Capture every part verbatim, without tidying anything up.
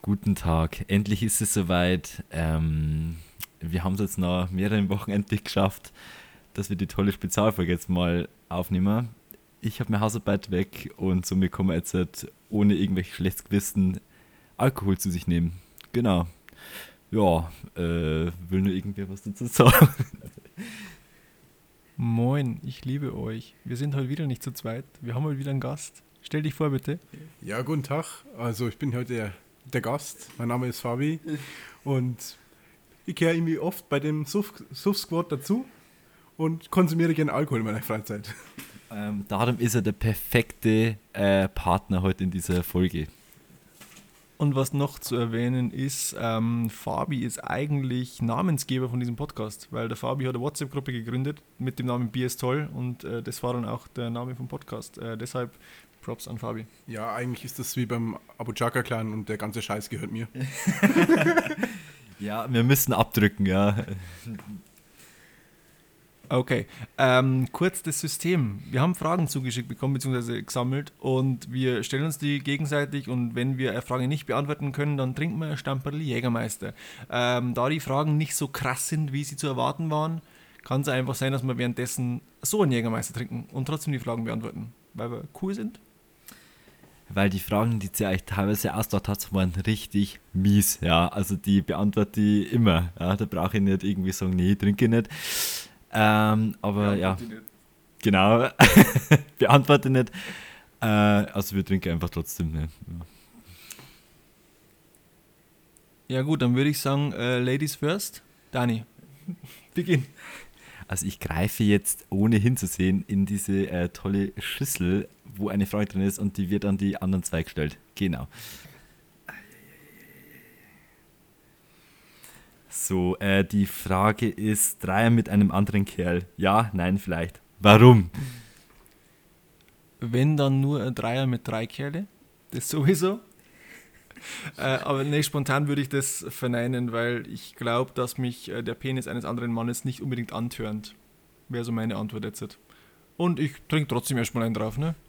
Guten Tag. Endlich ist es soweit. Ähm, wir haben es jetzt nach mehreren Wochen endlich geschafft, dass wir die tolle Spezialfolge jetzt mal aufnehmen. Ich habe meine Hausarbeit weg und somit kann man jetzt halt ohne irgendwelche schlechtes Gewissen Alkohol zu sich nehmen. Genau. Ja, äh, will nur irgendwer was dazu sagen? Moin, ich liebe euch. Wir sind heute wieder nicht zu zweit. Wir haben heute wieder einen Gast. Stell dich vor, bitte. Ja, guten Tag. Also ich bin heute der, der Gast. Mein Name ist Fabi und ich kehre irgendwie oft bei dem Suff, Suff Squad dazu und konsumiere gerne Alkohol in meiner Freizeit. Ähm, darum ist er der perfekte äh, Partner heute in dieser Folge. Und was noch zu erwähnen ist, ähm, Fabi ist eigentlich Namensgeber von diesem Podcast, weil der Fabi hat eine WhatsApp-Gruppe gegründet mit dem Namen Bier ist toll und äh, das war dann auch der Name vom Podcast. Äh, deshalb Props an Fabi. Ja, eigentlich ist das wie beim Abu Chaka-Clan und der ganze Scheiß gehört mir. Ja, wir müssen abdrücken, ja. Okay, ähm, kurz das System. Wir haben Fragen zugeschickt bekommen bzw. gesammelt und wir stellen uns die gegenseitig und wenn wir eine Frage nicht beantworten können, dann trinken wir ein Stamperl Jägermeister. Ähm, da die Fragen nicht so krass sind, wie sie zu erwarten waren, kann es einfach sein, dass wir währenddessen so einen Jägermeister trinken und trotzdem die Fragen beantworten, weil wir cool sind. Weil die Fragen, die sie euch teilweise ausgedacht hat, waren richtig mies, ja. Also die beantworte ich immer, ja. Da brauche ich nicht irgendwie sagen, nee, ich trinke nicht. Ähm, aber ja, genau, beantworte nicht. Äh, also wir trinken einfach trotzdem. Ne? Ja. Ja gut, dann würde ich sagen, äh, Ladies first. Dani, beginn. Also ich greife jetzt, ohne hinzusehen, in diese äh, tolle Schüssel, wo eine Frage drin ist und die wird an die anderen zwei gestellt. Genau. So, äh, die Frage ist, Dreier mit einem anderen Kerl. Ja, nein, vielleicht. Warum? Wenn dann nur ein Dreier mit drei Kerle, das sowieso. äh, aber nee, spontan würde ich das verneinen, weil ich glaube, dass mich äh, der Penis eines anderen Mannes nicht unbedingt antörnt. Wäre so meine Antwort jetzt. Und ich trinke trotzdem erstmal einen drauf, ne?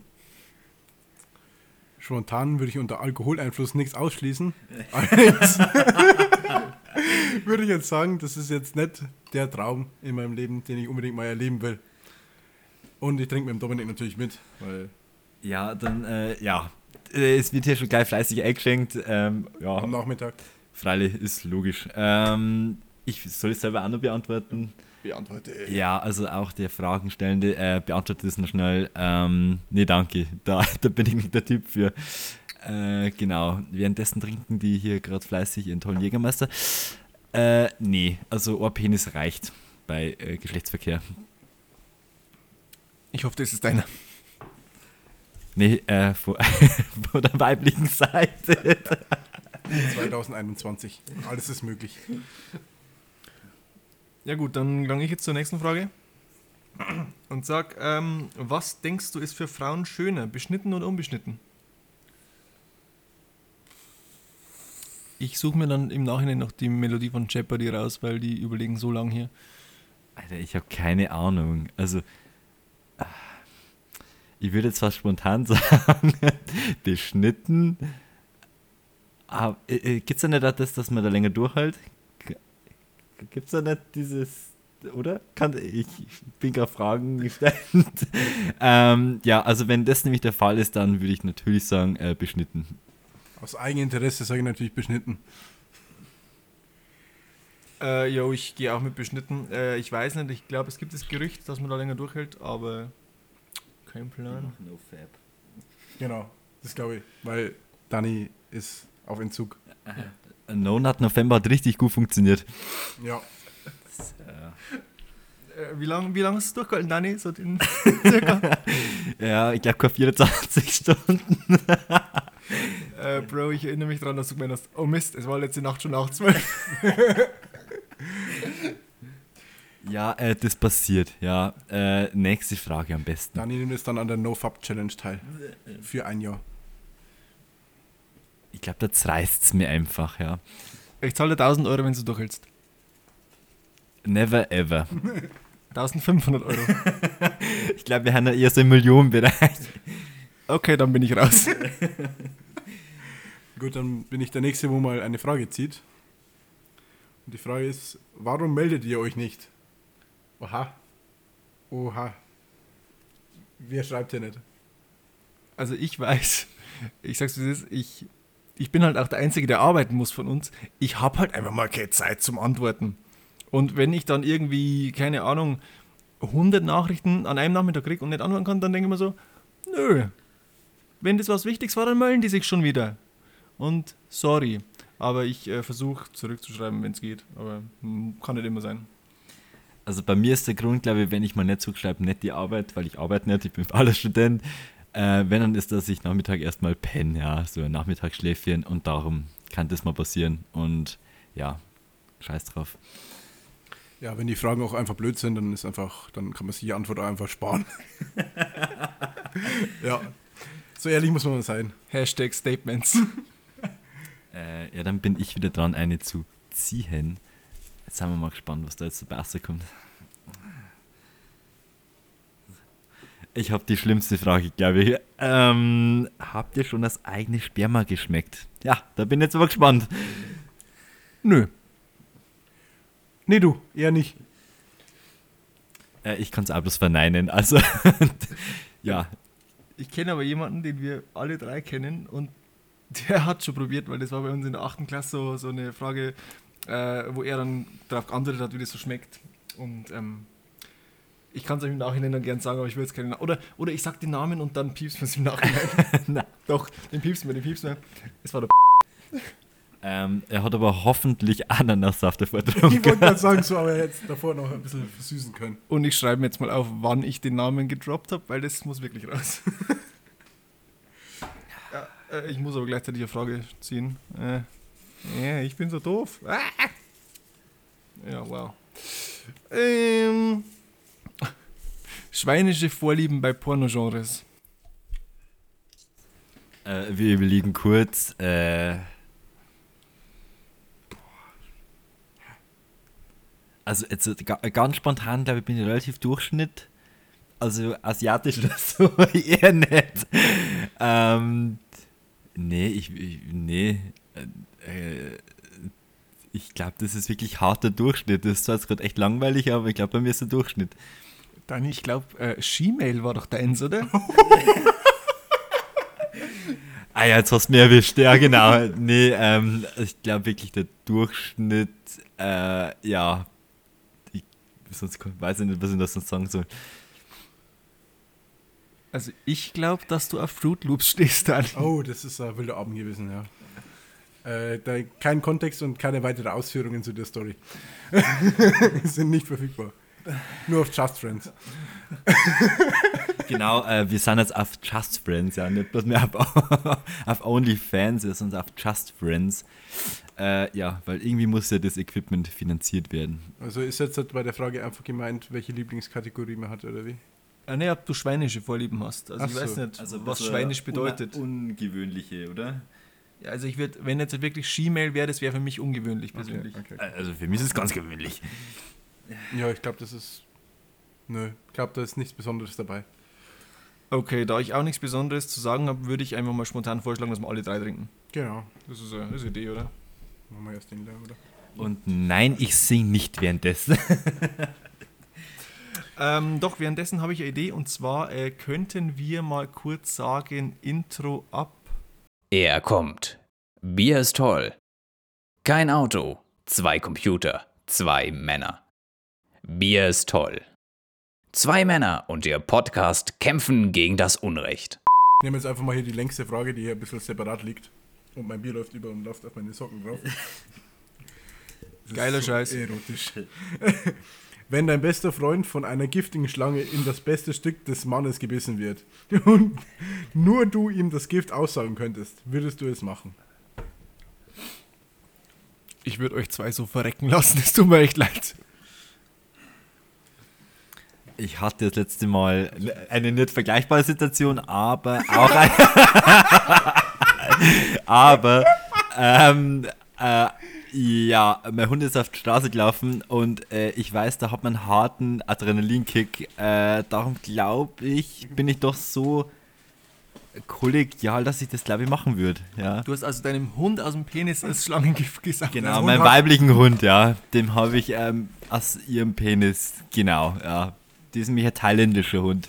Spontan würde ich unter Alkoholeinfluss nichts ausschließen. Allerdings würde ich jetzt sagen, das ist jetzt nicht der Traum in meinem Leben, den ich unbedingt mal erleben will. Und ich trinke mit dem Dominik natürlich mit, weil... Ja, dann, äh, ja. Es wird hier schon gleich fleißig eingeschenkt. Ähm, ja, am Nachmittag. Freilich, ist logisch. Ähm, ich soll es selber auch noch beantworten. Beantworte. Ja, also auch der Fragenstellende äh, beantwortet es noch schnell. Ähm, nee, danke. Da, da bin ich nicht der Typ für. Äh, genau. Währenddessen trinken die hier gerade fleißig ihren tollen Jägermeister. Äh, nee, also ein Penis reicht bei äh, Geschlechtsverkehr. Ich hoffe, das ist deiner. Nee, äh, von, von der weiblichen Seite. zwanzig einundzwanzig. Alles ist möglich. Ja gut, dann gelange ich jetzt zur nächsten Frage. Und sag, ähm, was denkst du ist für Frauen schöner, beschnitten oder unbeschnitten? Ich suche mir dann im Nachhinein noch die Melodie von Jeopardy raus, weil die überlegen so lang hier. Alter, ich habe keine Ahnung. Also, ich würde jetzt fast spontan sagen, beschnitten. Aber äh, äh, gibt es da nicht auch das, dass man da länger durchhält? Gibt es da nicht dieses, oder? Kann, ich, ich bin gerade Fragen gestellt. ähm, ja, also wenn das nämlich der Fall ist, dann würde ich natürlich sagen, äh, beschnitten. Aus Eigeninteresse sage ich natürlich beschnitten. Äh, jo, ich gehe auch mit beschnitten. Äh, ich weiß nicht, ich glaube, es gibt das Gerücht, dass man da länger durchhält, aber kein Plan. No fab. Genau, das glaube ich, weil Dani ist auf Entzug. No Nut November hat richtig gut funktioniert. Ja. Das, äh, Äh, wie lange wie lang hast du durchgehalten, Dani? So den circa? ja, ich glaube keine vierundzwanzig Stunden. äh, Bro, ich erinnere mich daran, dass du gemeint hast, oh Mist, es war letzte Nacht schon nach zwölf. Ja, äh, das passiert, ja. Äh, nächste Frage am besten. Dani nimmt es dann an der No-Fab-Challenge teil. Für ein Jahr. Ich glaube, da zerreißt es mir einfach, ja. Ich zahle dir tausend Euro, wenn du durchhältst. Never ever. eintausendfünfhundert Euro. Ich glaube, wir haben ja eher so im Millionenbereich. Okay, dann bin ich raus. Gut, dann bin ich der Nächste, wo mal eine Frage zieht. Und die Frage ist, warum meldet ihr euch nicht? Oha. Oha. Wer schreibt hier nicht? Also ich weiß, ich sag's wie es ist, ich, ich bin halt auch der Einzige, der arbeiten muss von uns. Ich habe halt einfach mal keine Zeit zum Antworten. Und wenn ich dann irgendwie, keine Ahnung, hundert Nachrichten an einem Nachmittag kriege und nicht antworten kann, dann denke ich mir so, nö, wenn das was Wichtiges war, dann melden die sich schon wieder. Und sorry, aber ich äh, versuche zurückzuschreiben, wenn es geht, aber hm, kann nicht immer sein. Also bei mir ist der Grund, glaube ich, wenn ich mal nicht zurückschreibe, nicht die Arbeit, weil ich arbeite nicht, ich bin fauler Student. Äh, wenn, dann ist, dass ich Nachmittag erstmal penne, ja, so ein Nachmittagsschläfchen und darum kann das mal passieren und ja, scheiß drauf. Ja, wenn die Fragen auch einfach blöd sind, dann ist einfach, dann kann man sich die Antwort auch einfach sparen. Ja, so ehrlich muss man mal sein. Hashtag Statements. Äh, ja, dann bin ich wieder dran, eine zu ziehen. Jetzt sind wir mal gespannt, was da jetzt dabei rauskommt. Ich habe die schlimmste Frage, glaube ich. Ähm, habt ihr schon das eigene Sperma geschmeckt? Ja, da bin ich jetzt aber gespannt. Nö. Nee, du, eher nicht. Äh, ich kann es auch bloß verneinen. Also, ja. Ich kenne aber jemanden, den wir alle drei kennen und der hat schon probiert, weil das war bei uns in der achten Klasse so, so eine Frage, äh, wo er dann darauf geantwortet hat, wie das so schmeckt. Und ähm, ich kann es euch im Nachhinein dann gern sagen, aber ich will jetzt keinen Namen. Oder, oder ich sag den Namen und dann piepst man es im Nachhinein. Nein. Doch, den piepst man, den piepst man. Es war der Ähm, er hat aber hoffentlich Ananassaft davor Ich getrunken. wollte gerade sagen, so, aber er hätte davor noch ein bisschen versüßen können. Und ich schreibe mir jetzt mal auf, wann ich den Namen gedroppt habe, weil das muss wirklich raus. Ja, äh, ich muss aber gleichzeitig eine Frage ziehen. Äh, ja, ich bin so doof. Ah! Ja, wow. Ähm, schweinische Vorlieben bei Pornogenres. Äh, wir überlegen kurz. Äh, also jetzt so ga- ganz spontan, glaube ich, bin ich relativ Durchschnitt. Also asiatisch oder so eher nicht. Ähm, nee, ich, ich nee. Äh, ich glaube, das ist wirklich harter Durchschnitt. Das ist zwar jetzt gerade echt langweilig, aber ich glaube, bei mir ist der Durchschnitt. Dani, ich glaube, äh, Gmail war doch deins, oder? Ah ja, jetzt hast du mir erwischt. Ja, genau. Nee, ähm, ich glaube wirklich der Durchschnitt, äh, ja, ich sonst weiß ich nicht, was ich das sonst sagen soll. Also ich glaube, dass du auf Fruit Loops stehst, Dani. Oh, das ist ein wilder Abend gewesen, ja. Äh, da kein Kontext und keine weitere Ausführungen zu der Story. Sind nicht verfügbar. Nur auf Just Friends. Genau, äh, wir sind jetzt auf Just Friends, ja, nicht bloß mehr auf, auf OnlyFans, sondern auf Just Friends. Äh, ja, weil irgendwie muss ja das Equipment finanziert werden. Also ist jetzt halt bei der Frage einfach gemeint, welche Lieblingskategorie man hat, oder wie? Ah, ne, ob du schweinische Vorlieben hast. Also Ach ich weiß so. nicht, was schweinisch bedeutet. Ungewöhnliche, oder? Ja, also ich würde, wenn jetzt wirklich Gmail wäre, das wäre für mich ungewöhnlich persönlich. Okay, okay. Also für mich ist es ganz gewöhnlich. Ja, ich glaube, das ist... Nö, ich glaube, da ist nichts Besonderes dabei. Okay, da ich auch nichts Besonderes zu sagen habe, würde ich einfach mal spontan vorschlagen, dass wir alle drei trinken. Genau. Das ist eine, das ist eine Idee, oder? Machen wir erst den leer, oder? Und nein, ich singe nicht währenddessen. Ähm, doch, währenddessen habe ich eine Idee und zwar äh, könnten wir mal kurz sagen, Intro ab. Er kommt. Bier ist toll. Kein Auto. Zwei Computer. Zwei Männer. Bier ist toll. Zwei Männer und ihr Podcast kämpfen gegen das Unrecht. Ich nehme jetzt einfach mal hier die längste Frage, die hier ein bisschen separat liegt. Und mein Bier läuft über und läuft auf meine Socken drauf. Das Geiler ist so Scheiß. Erotisch. Wenn dein bester Freund von einer giftigen Schlange in das beste Stück des Mannes gebissen wird und nur du ihm das Gift aussagen könntest, würdest du es machen? Ich würde euch zwei so verrecken lassen, es tut mir echt leid. Ich hatte das letzte Mal eine nicht vergleichbare Situation, aber auch ein aber ähm, äh, ja, mein Hund ist auf die Straße gelaufen und äh, ich weiß, da hat man einen harten Adrenalinkick. Äh, darum glaube ich, bin ich doch so kollegial, dass ich das, glaube ich, machen würde. Ja. Du hast also deinem Hund aus dem Penis das Schlangengift gesagt. Genau, Hund meinen hat- weiblichen Hund, ja. Dem habe ich ähm, aus ihrem Penis, genau, ja. Das ist nämlich ein thailändischer Hund.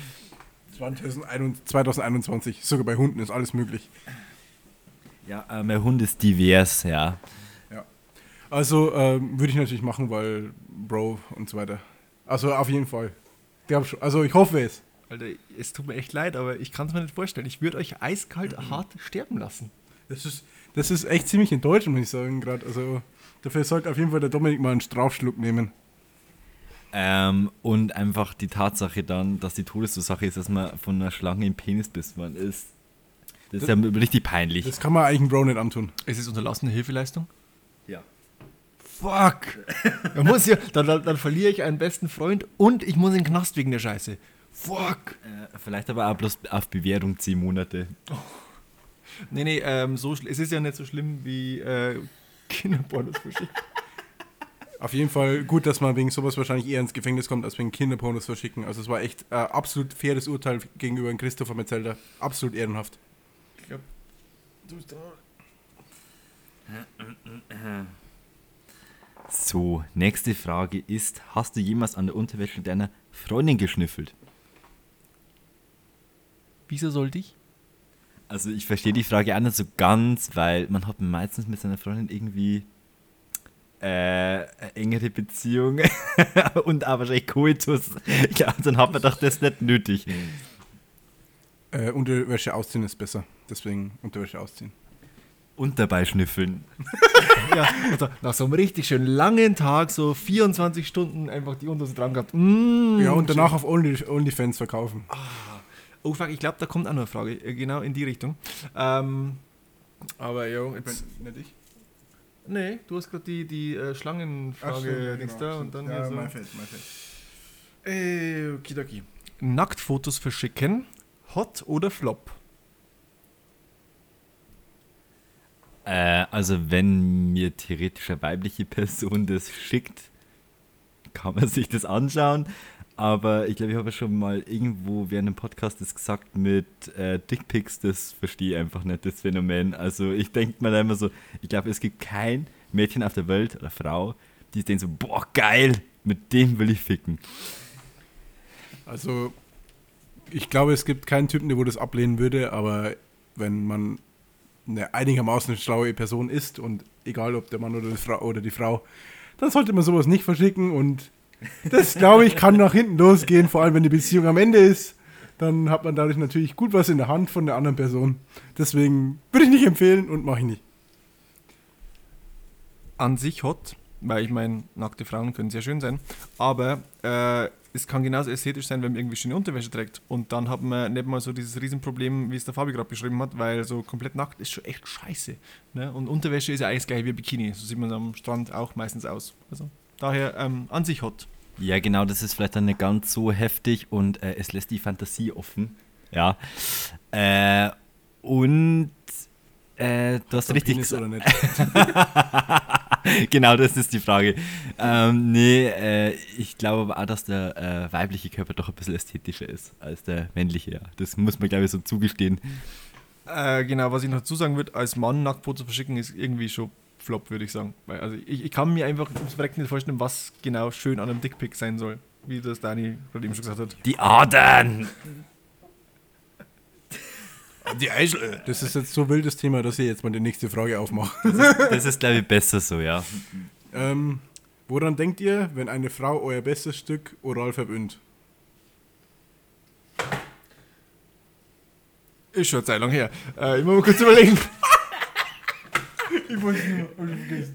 zwanzig einundzwanzig, sogar bei Hunden ist alles möglich. Ja, äh, mein Hund ist divers, ja. Also ähm, würde ich natürlich machen, weil Bro und so weiter. Also auf jeden Fall. Glaub schon. Also ich hoffe es. Alter, es tut mir echt leid, aber ich kann es mir nicht vorstellen. Ich würde euch eiskalt hart sterben lassen. Das ist, das ist echt ziemlich enttäuschend, muss ich sagen, gerade. Also dafür sollte auf jeden Fall der Dominik mal einen Strafschluck nehmen. Ähm, und einfach die Tatsache dann, dass die Todesursache ist, dass man von einer Schlange im Penis bissen worden ist. Das ist ja richtig peinlich. Das kann man eigentlich einem Bro nicht antun. Ist es unterlassene Hilfeleistung? Ja. Fuck! Da muss ja, dann, dann, dann verliere ich einen besten Freund und ich muss in den Knast wegen der Scheiße. Fuck! Äh, vielleicht aber auch bloß auf Bewährung zehn Monate. Nee, nee, ähm, so, schl- es ist ja nicht so schlimm wie äh, Kinderpornos verschicken. Auf jeden Fall gut, dass man wegen sowas wahrscheinlich eher ins Gefängnis kommt, als wegen Kinderpornos verschicken. Also es war echt äh, absolut faires Urteil gegenüber dem Christopher Metzelder. Absolut ehrenhaft. Ich glaub, du bist da. So, nächste Frage ist, hast du jemals an der Unterwäsche deiner Freundin geschnüffelt? Wieso sollte ich? Also ich verstehe die Frage auch nicht so ganz, weil man hat meistens mit seiner Freundin irgendwie äh, eine engere Beziehung und auch wahrscheinlich Koitus. Ja, dann hat man doch das nicht nötig. Äh, Unterwäsche ausziehen ist besser. Deswegen Unterwäsche ausziehen. Und dabei schnüffeln. Ja, also nach so einem richtig schön langen Tag, so vierundzwanzig Stunden einfach die Unterhose dran gehabt. Mm, Ja, und danach auf Only, OnlyFans verkaufen. Oh fuck, ich glaube, da kommt auch noch eine Frage, äh, genau in die Richtung. Ähm, aber jo, jetzt... Nicht ich? Nee, du hast gerade die, die äh, Schlangenfrage Dings da und dann hier so... mein Feld, mein Feld. Äh, okidoki. Nacktfotos verschicken, hot oder flop? Äh, also wenn mir theoretisch eine weibliche Person das schickt, kann man sich das anschauen. Aber ich glaube, ich habe ja schon mal irgendwo während dem Podcast das gesagt mit äh, Dickpics, das verstehe ich einfach nicht, das Phänomen. Also ich denke mir da immer so, ich glaube, es gibt kein Mädchen auf der Welt oder Frau, die denkt so, boah, geil, mit dem will ich ficken. Also, ich glaube, es gibt keinen Typen, der wo das ablehnen würde, aber wenn man eine einigermaßen schlaue Person ist und egal ob der Mann oder die Frau, oder die Frau, dann sollte man sowas nicht verschicken und das, glaube ich, kann nach hinten losgehen, vor allem wenn die Beziehung am Ende ist, dann hat man dadurch natürlich gut was in der Hand von der anderen Person. Deswegen würde ich nicht empfehlen und mache ich nicht. An sich hot, weil ich meine, nackte Frauen können sehr schön sein, aber äh, es kann genauso ästhetisch sein, wenn man irgendwie schöne Unterwäsche trägt und dann hat man nicht mal so dieses Riesenproblem, wie es der Fabi gerade beschrieben hat, weil so komplett nackt ist schon echt scheiße. Ne? Und Unterwäsche ist ja eigentlich das gleiche wie Bikini, so sieht man am Strand auch meistens aus. Also daher ähm, an sich hot. Ja, genau, das ist vielleicht dann nicht ganz so heftig und äh, es lässt die Fantasie offen. Ja. Äh, und äh, du hast richtig Penis gesagt. oder nicht. Genau, das ist die Frage. Ähm, nee, äh, ich glaube aber auch, dass der äh, weibliche Körper doch ein bisschen ästhetischer ist als der männliche. Ja. Das muss man, glaube ich, so zugestehen. Äh, genau, was ich noch dazu sagen würde, als Mann Nacktfoto verschicken ist irgendwie schon Flop, würde ich sagen. Weil, also ich, ich kann mir einfach ums Verrecken nicht vorstellen, was genau schön an einem Dickpick sein soll. Wie das Dani gerade eben schon gesagt hat. Die Adern! Die Eichel. Das ist jetzt so ein wildes Thema, dass ich jetzt mal die nächste Frage aufmache. Das ist, glaube ich, besser so, ja. Ähm, woran denkt ihr, wenn eine Frau euer bestes Stück oral verwöhnt? Ist schon eine Zeit lang her. Äh, ich muss mal kurz überlegen. ich wollte es nur vergessen.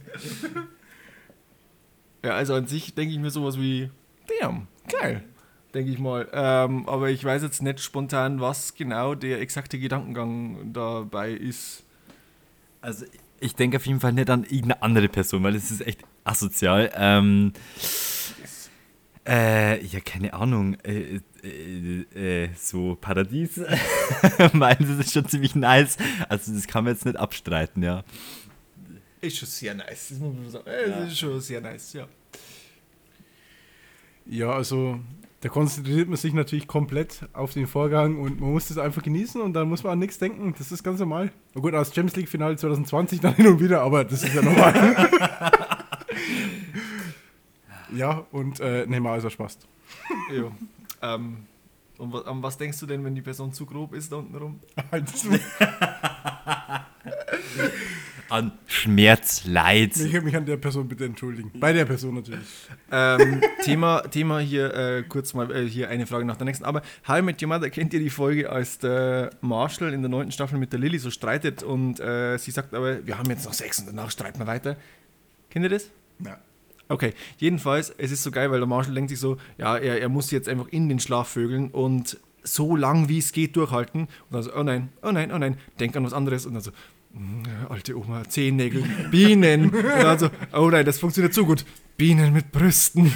Ja, also an sich denke ich mir sowas wie, damn, geil, denke ich mal. Ähm, aber ich weiß jetzt nicht spontan, was genau der exakte Gedankengang dabei ist. Also ich denke auf jeden Fall nicht an irgendeine andere Person, weil es ist echt asozial. Ähm, äh, ja, keine Ahnung. Äh, äh, äh, so Paradies. Meinen Sie, das ist schon ziemlich nice. Also das kann man jetzt nicht abstreiten, ja. Ist schon sehr nice, das muss man sagen. Es Ja. ist schon sehr nice, ja. Ja, also Da konzentriert man sich natürlich komplett auf den Vorgang und man muss das einfach genießen und dann muss man an nichts denken. Das ist ganz normal. Na gut, aus Champions League Finale zwanzig zwanzig dann hin und wieder, aber das ist ja normal. Ja, und äh, Neymar ist er Spaß. Jo. Ähm, und wa- an was denkst du denn, wenn die Person zu grob ist da unten rum? An Schmerz, Leid. Ich will mich an der Person bitte entschuldigen. Bei der Person natürlich. Ähm, Thema, Thema hier, äh, kurz mal äh, hier eine Frage nach der nächsten. Aber How I Met Your Mother, kennt ihr die Folge, als der Marshall in der neunten Staffel mit der Lily so streitet und äh, sie sagt aber, wir haben jetzt noch Sex und danach streiten wir weiter. Kennt ihr das? Ja. Okay, jedenfalls, es ist so geil, weil der Marshall denkt sich so, ja, er, er muss jetzt einfach in den Schlaf vögeln und so lang wie es geht durchhalten. Und dann so, oh nein, oh nein, oh nein, denk an was anderes. Und dann so, "Mm, alte Oma, Zehennägel, Bienen. Und dann so, oh nein, das funktioniert so gut. Bienen mit Brüsten.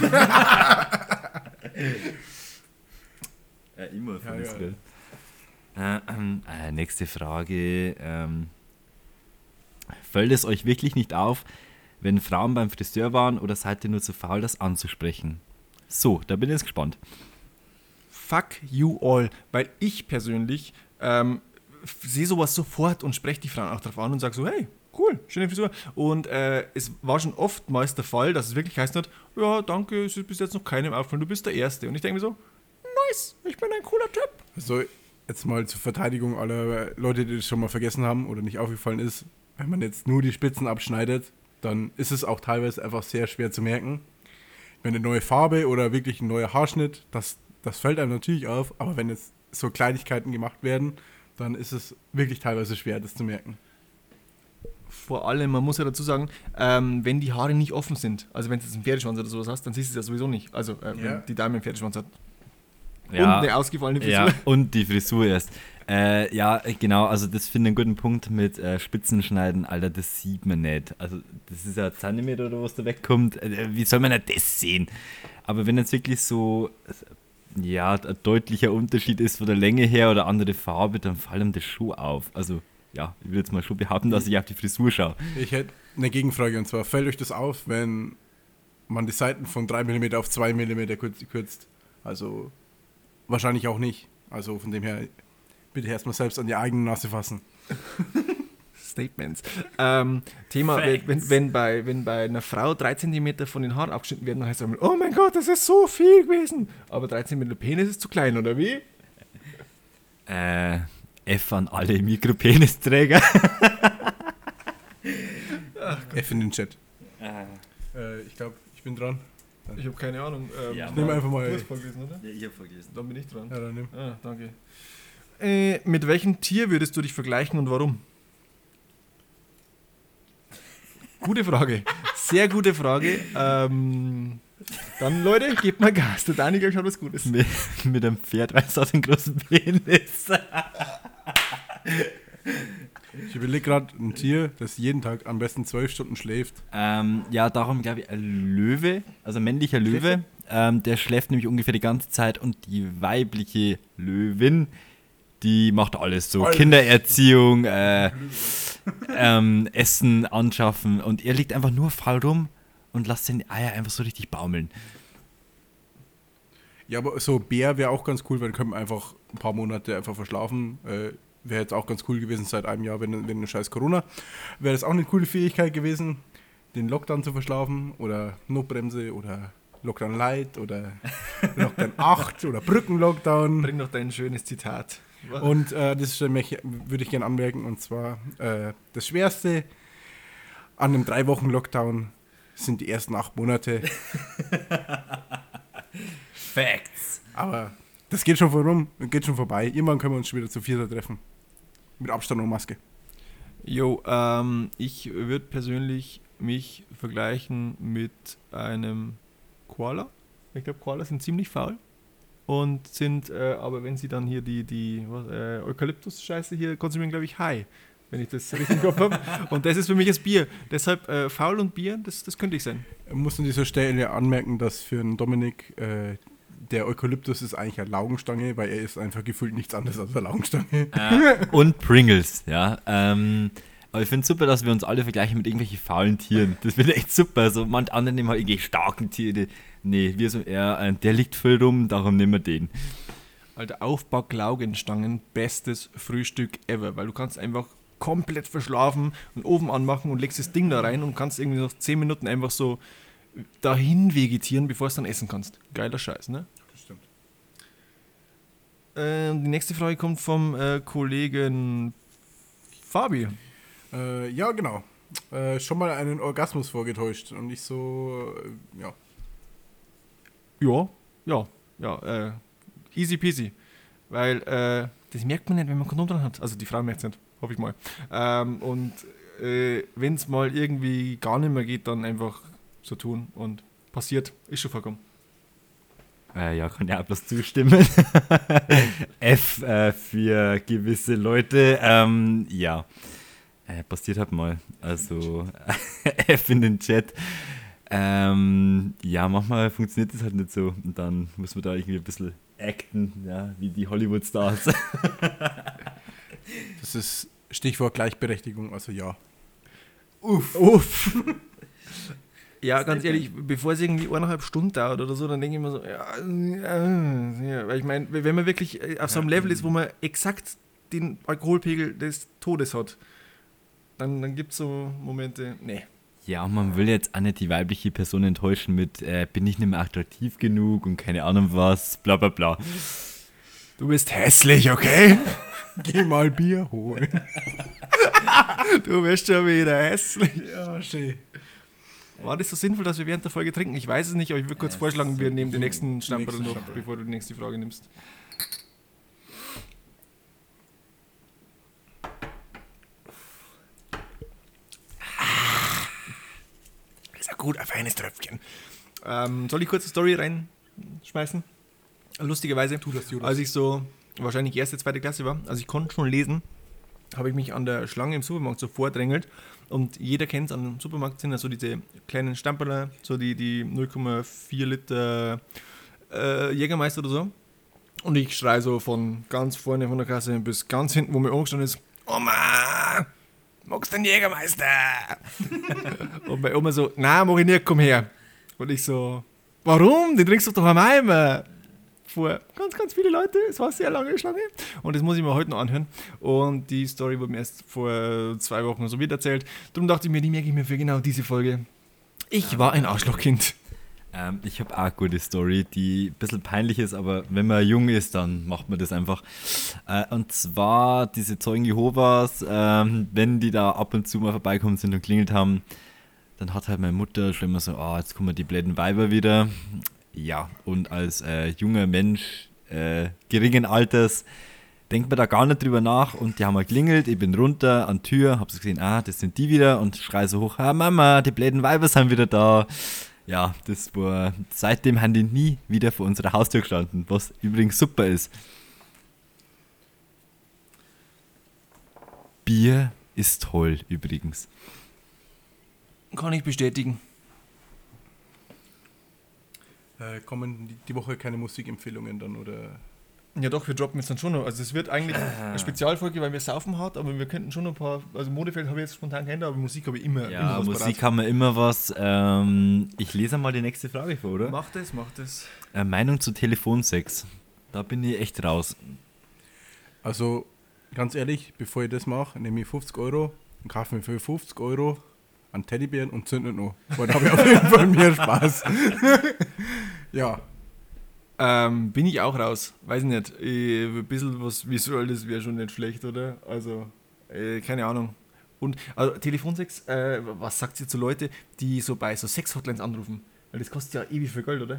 Ja, immer von Ja, das ja. Geld. Äh, ähm, äh, nächste Frage. Ähm, fällt es euch wirklich nicht auf, wenn Frauen beim Friseur waren oder seid ihr nur zu faul, das anzusprechen? So, da bin ich jetzt gespannt. Fuck you all. Weil ich persönlich ähm, f- sehe sowas sofort und spreche die Frauen auch drauf an und sage so, hey, cool, schöne Frisur. Und äh, es war schon oftmals der Fall, dass es wirklich heißt hat, ja, danke, es ist bis jetzt noch keinem aufgefallen, du bist der Erste. Und ich denke mir so, nice, ich bin ein cooler Typ. Also jetzt mal zur Verteidigung aller Leute, die das schon mal vergessen haben oder nicht aufgefallen ist, wenn man jetzt nur die Spitzen abschneidet, dann ist es auch teilweise einfach sehr schwer zu merken. Wenn eine neue Farbe oder wirklich ein neuer Haarschnitt, das, das fällt einem natürlich auf, aber wenn jetzt so Kleinigkeiten gemacht werden, dann ist es wirklich teilweise schwer, das zu merken. Vor allem, man muss ja dazu sagen, ähm, wenn die Haare nicht offen sind, also wenn du jetzt einen Pferdeschwanz oder sowas hast, dann siehst du es ja sowieso nicht. Also äh, Ja. wenn die Dame einen Pferdeschwanz hat. Ja. Und eine ausgefallene Frisur. Ja, und die Frisur erst. Äh, ja, genau, also das finde ich einen guten Punkt mit äh, Spitzenschneiden, Alter, das sieht man nicht. Also das ist ja ein Zentimeter oder was da wegkommt, äh, wie soll man denn das sehen? Aber wenn jetzt wirklich so, äh, ja, ein deutlicher Unterschied ist von der Länge her oder andere Farbe, dann fällt ihm das schon auf. Also ja, ich würde jetzt mal schon behaupten, dass ich auf die Frisur schaue. Ich hätte eine Gegenfrage und zwar, fällt euch das auf, wenn man die Seiten von drei Millimeter auf zwei Millimeter kürz- kürzt? Also wahrscheinlich auch nicht. Also von dem her, bitte erstmal selbst an die eigene Nase fassen. Statements. Ähm, Thema, Facts. wenn, wenn, bei, wenn bei einer Frau drei Zentimeter von den Haaren abgeschnitten werden, dann heißt es einmal, oh mein Gott, das ist so viel gewesen. Aber drei Zentimeter Penis ist zu klein, oder wie? Äh, F an alle Mikropenisträger. F in den Chat. Äh, ich glaube, ich bin dran. Ich habe keine Ahnung. Ähm, Ja, ich Nimm glaub, einfach mal. Du hast vorgelesen, oder? Ja, ich habe vergessen. Dann bin ich dran. Ja, dann nimm. Ah, danke. Äh, mit welchem Tier würdest du dich vergleichen und warum? Gute Frage. Sehr gute Frage. Ähm, dann, Leute, gebt mal Gas. Der Dani, glaube ich, hat was Gutes. Mit, mit einem Pferd, weil es hat einen großen Penis. Ich überlege gerade ein Tier, das jeden Tag am besten zwölf Stunden schläft. Ähm, ja, darum glaube ich, ein Löwe, also ein männlicher Löwe, ähm, der schläft nämlich ungefähr die ganze Zeit und die weibliche Löwin, die macht alles so. Alles. Kindererziehung, äh, ähm, Essen anschaffen und er liegt einfach nur faul rum und lässt seine Eier einfach so richtig baumeln. Ja, aber so Bär wäre auch ganz cool, weil dann können wir einfach ein paar Monate einfach verschlafen. Äh, wäre jetzt auch ganz cool gewesen seit einem Jahr, wenn, wenn scheiß Corona. Wäre das auch eine coole Fähigkeit gewesen, den Lockdown zu verschlafen oder Notbremse oder Lockdown Light oder Lockdown acht oder Brückenlockdown. Bring doch dein schönes Zitat. Und äh, das ist, äh, würde ich gerne anmerken, und zwar äh, das Schwerste an einem drei Wochen Lockdown sind die ersten acht Monate. Facts. Aber das geht schon vorum, geht schon vorbei. Irgendwann können wir uns schon wieder zu vierter treffen. Mit Abstand und Maske. Jo, ähm, ich würde persönlich mich vergleichen mit einem Koala. Ich glaube, Koalas sind ziemlich faul. Und sind, äh, aber wenn sie dann hier die, die was, äh, Eukalyptus-Scheiße hier konsumieren, glaube ich, high. Wenn ich das richtig im Kopf habe. Und das ist für mich das Bier. Deshalb äh, faul und Bier, das, das könnte ich sein. Ich muss an dieser Stelle anmerken, dass für einen Dominik äh, der Eukalyptus ist eigentlich eine Laugenstange, weil er ist einfach gefühlt nichts anderes als eine Laugenstange. Äh, und Pringles, ja. Ähm, Aber ich finde es super, dass wir uns alle vergleichen mit irgendwelchen faulen Tieren. Das wird echt super. Also manche andere nehmen halt irgendwelche starken Tiere. Nee, wir so eher, äh, der liegt voll rum, darum nehmen wir den. Alter, Aufbacklaugenstangen, bestes Frühstück ever, weil du kannst einfach komplett verschlafen und Ofen anmachen und legst das Ding da rein und kannst irgendwie noch zehn Minuten einfach so dahin vegetieren, bevor du es dann essen kannst. Geiler Scheiß, ne? Das stimmt. Ähm, die nächste Frage kommt vom äh, Kollegen Fabi. Äh, ja, genau. Äh, schon mal einen Orgasmus vorgetäuscht und ich so, äh, ja. Ja, ja, ja, äh, easy peasy. Weil äh, das merkt man nicht, wenn man Kondom dran hat. Also die Frau merkt es nicht, hoffe ich mal. Ähm, und äh, wenn es mal irgendwie gar nicht mehr geht, dann einfach so tun und passiert, ist schon vorkommen. Äh, ja, kann ja auch bloß zustimmen. F äh, für gewisse Leute. Ähm, ja, äh, passiert halt mal. Also F in den Chat. Ähm, ja, manchmal funktioniert das halt nicht so. Und dann muss man da irgendwie ein bisschen acten, ja, wie die Hollywood-Stars. Das ist Stichwort Gleichberechtigung, also ja. Uff. Uff. Ja, ganz ehrlich, bevor es irgendwie eineinhalb Stunden dauert oder so, dann denke ich mir so, ja, ja, ja, weil ich meine, wenn man wirklich auf so einem Level ist, wo man exakt den Alkoholpegel des Todes hat, dann, dann gibt es so Momente, nee. Ja, und man will jetzt auch nicht die weibliche Person enttäuschen mit, äh, bin ich nicht mehr attraktiv genug und keine Ahnung was, bla bla bla. Du bist hässlich, okay? Geh mal Bier holen. Du bist schon wieder hässlich. Ja, schön. War das so sinnvoll, dass wir während der Folge trinken? Ich weiß es nicht, aber ich würde kurz Ja, vorschlagen, wir nehmen den nächsten nächsten Stamperl noch, Stamperl. bevor du die nächste Frage nimmst. Das ist ja gut, ein feines Tröpfchen. Ähm, soll ich kurz eine Story reinschmeißen? Lustigerweise, Tu das, Judas. als ich so wahrscheinlich erste, zweite Klasse war, also ich konnte schon lesen, habe ich mich an der Schlange im Supermarkt so vordrängelt. Und jeder kennt es, an dem Supermarkt sind ja so diese kleinen Stamperler, so die, die null Komma vier Liter äh, Jägermeister oder so. Und ich schreie so von ganz vorne von der Kasse bis ganz hinten, wo mir angestanden ist, Oma, magst du den Jägermeister? Und meine Oma so, nein, mach ich nicht, komm her. Und ich so, warum? Den trinkst du doch am Eimer. Vor ganz, ganz viele Leute. Es war eine sehr lange Schlange. Und das muss ich mir heute noch anhören. Und die Story wurde mir erst vor zwei Wochen so wieder erzählt. Darum dachte ich mir, die merke ich mir für genau diese Folge. Ich war ein Arschlochkind. Ähm, ich habe auch eine gute Story, die ein bisschen peinlich ist, aber wenn man jung ist, dann macht man das einfach. Äh, und zwar diese Zeugen Jehovas, ähm, wenn die da ab und zu mal vorbeikommen sind und klingelt haben, dann hat halt meine Mutter schon immer so, ah, jetzt kommen die blöden Weiber wieder. Ja, und als äh, junger Mensch äh, geringen Alters denkt man da gar nicht drüber nach und die haben mal klingelt, ich bin runter an die Tür, hab so gesehen, ah, das sind die wieder und schrei so hoch, ah Mama, die blöden Weiber sind wieder da. Ja, das war, seitdem haben die nie wieder vor unserer Haustür gestanden, was übrigens super ist. Bier ist toll übrigens. Kann ich bestätigen. Äh, kommen die, die Woche keine Musikempfehlungen dann, oder? Ja doch, wir droppen jetzt dann schon noch. Also es wird eigentlich eine Spezialfolge, weil wir saufen hart, aber wir könnten schon noch ein paar, also Modefeld habe ich jetzt spontan kennen, aber Musik habe ich immer. Ja, immer was Musik parat. haben wir immer was. Ähm, ich lese mal die nächste Frage vor, oder? Mach das, mach das. Äh, Meinung zu Telefonsex. Da bin ich echt raus. Also, ganz ehrlich, bevor ich das mache, nehme ich fünfzig Euro und kaufe mir für fünfzig Euro einen Teddybären und zünde noch. Weil da habe ich auf jeden Fall mehr Spaß. Ja. Ähm, bin ich auch raus. Weiß nicht. Äh, ein bisschen was Visuelles wäre schon nicht schlecht, oder? Also, äh, keine Ahnung. Und also, Telefonsex, äh, was sagt ihr zu Leuten, die so bei so Sex-Hotlines anrufen? Weil das kostet ja ewig viel Geld, oder?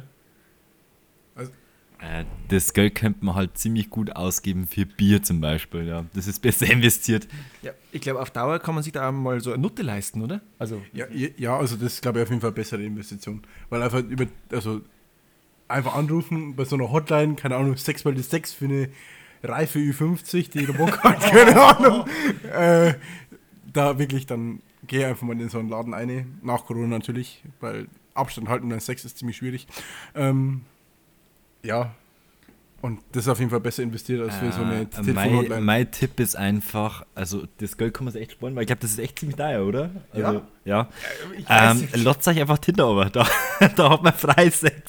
Äh, das Geld könnte man halt ziemlich gut ausgeben für Bier zum Beispiel. Ja. Das ist besser investiert. Ja, ich glaube, auf Dauer kann man sich da auch mal so eine Nutte leisten, oder? Also, Ja, ja, also das ist, glaube ich, auf jeden Fall eine bessere Investition. Weil einfach über, also einfach anrufen bei so einer Hotline, keine Ahnung, sechs mal das sechs für eine reife Ü fünfzig, die der Bock hat, keine Ahnung. Äh, da wirklich, dann gehe einfach mal in so einen Laden rein, nach Corona natürlich, weil Abstand halten beim Sex ist ziemlich schwierig. Ähm, ja, Und das ist auf jeden Fall besser investiert als für so eine Äh, mein, Telefonhotline. mein Tipp ist einfach, also das Geld kann man sich echt sparen, weil ich glaube, das ist echt ziemlich teuer, oder? Also, ja. Ich weiß Ähm, nicht. lotzt euch einfach Tinder over, da, da hat man Freisex.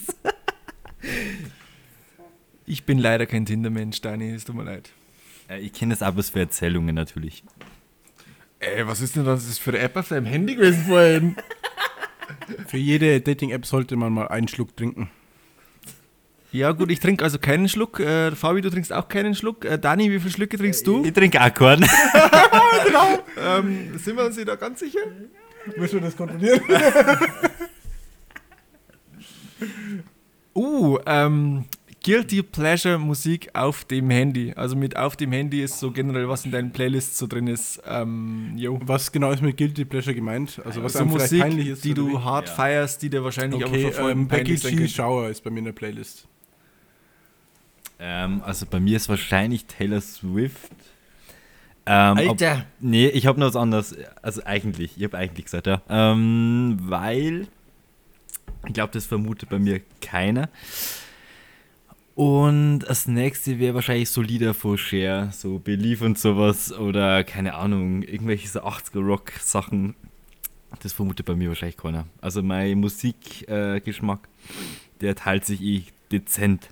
Ich bin leider kein Tinder-Mensch, Dani, es tut mir leid. Äh, ich kenne das auch bloß für Erzählungen natürlich. Ey, was ist denn das für eine App auf deinem Handy gewesen vorhin? Für jede Dating-App sollte man mal einen Schluck trinken. Ja gut, ich trinke also keinen Schluck. Äh, Fabi, du trinkst auch keinen Schluck. Äh, Dani, wie viele Schlücke trinkst du? Ich trinke auch keinen. Genau. Ähm, sind wir uns da ganz sicher? Müssen wir das kontrollieren? Uh, ähm, Guilty Pleasure Musik auf dem Handy. Also mit auf dem Handy ist so generell, was in deinen Playlists so drin ist. Ähm, yo. Was genau ist mit Guilty Pleasure gemeint? Also was So einem vielleicht Musik, peinlich ist? die oder du wie? hart Ja. feierst, die dir wahrscheinlich Okay, aber vor ähm, Becky peinlich sein G. könnten. Shower ist bei mir in der Playlist. Ähm, also bei mir ist wahrscheinlich Taylor Swift. Ähm, ob, Alter! nee, ich habe noch was anderes. Also eigentlich, ich habe eigentlich gesagt, ja. Ähm, weil ich glaube, das vermutet bei mir keiner. Und das nächste wäre wahrscheinlich so Lieder von Cher, so Believe und sowas oder keine Ahnung, irgendwelche so achtziger-Rock-Sachen. Das vermutet bei mir wahrscheinlich keiner. Also mein Musikgeschmack, äh, Geschmack, der teilt sich eh dezent.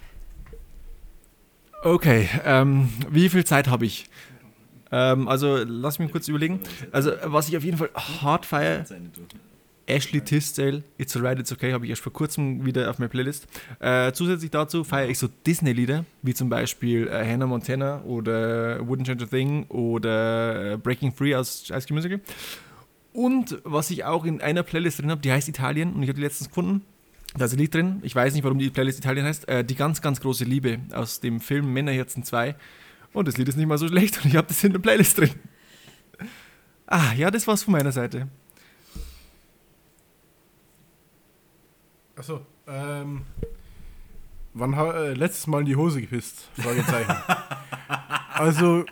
Okay, ähm, wie viel Zeit habe ich? Ähm, also lass mich kurz überlegen. Also was ich auf jeden Fall hart feiere, Ashley Tisdale, It's Alright, It's Okay, habe ich erst vor kurzem wieder auf meiner Playlist. Äh, zusätzlich dazu feiere ich so Disney-Lieder, wie zum Beispiel äh, Hannah Montana oder Wouldn't Change a Thing oder äh, Breaking Free aus High School Musical. Und was ich auch in einer Playlist drin habe, die heißt Italien und ich habe die letztens gefunden. Da ist ein Lied drin, ich weiß nicht, warum die Playlist Italien heißt, äh, die ganz, ganz große Liebe aus dem Film Männerherzen zwei. Und das Lied ist nicht mal so schlecht und ich habe das in der Playlist drin. Ah, ja, das war's von meiner Seite. Achso, ähm. Wann ha äh, letztes Mal in die Hose gepisst? Fragezeichen. Also.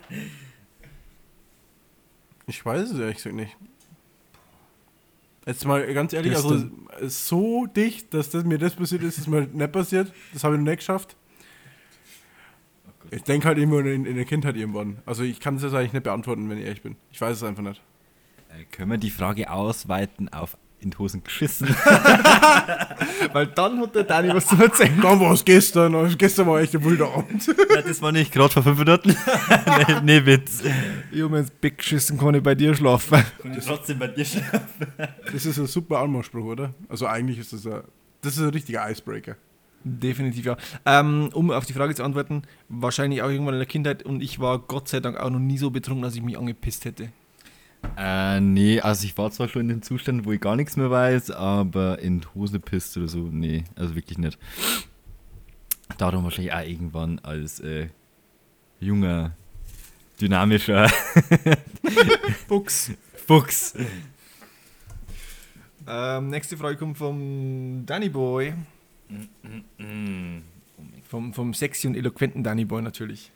Ich weiß es ehrlich gesagt nicht. Jetzt mal ganz ehrlich, also so dicht, dass das, mir das passiert ist, ist mir nicht passiert. Das habe ich noch nicht geschafft. Ich denke halt immer in, in der Kindheit irgendwann. Also ich kann es jetzt eigentlich nicht beantworten, wenn ich ehrlich bin. Ich weiß es einfach nicht. Äh, können wir die Frage ausweiten auf in die Hosen geschissen? Weil dann hat der Dani was zu erzählen. Dann war es gestern, also gestern war echt ein wilder Abend. Nein, das war nicht gerade vor fünf Minuten. nee, nee, Witz. Ich habe mir ins Bett geschissen, kann ich bei dir schlafen. Und trotzdem bei dir Das ist ein super Anmachspruch, oder? Also eigentlich ist das ein, das ist ein richtiger Icebreaker. Definitiv ja. Ähm, um auf die Frage zu antworten, wahrscheinlich auch irgendwann in der Kindheit und ich war Gott sei Dank auch noch nie so betrunken, dass ich mich angepisst hätte. Äh, nee, also ich war zwar schon in dem Zustand, wo ich gar nichts mehr weiß, aber in die Hose pisst oder so, nee, also wirklich nicht. Darum wahrscheinlich auch irgendwann als äh, junger, dynamischer Fuchs. Fuchs. Ähm, nächste Frage kommt vom Danny Boy. Vom, vom sexy und eloquenten Danny Boy natürlich.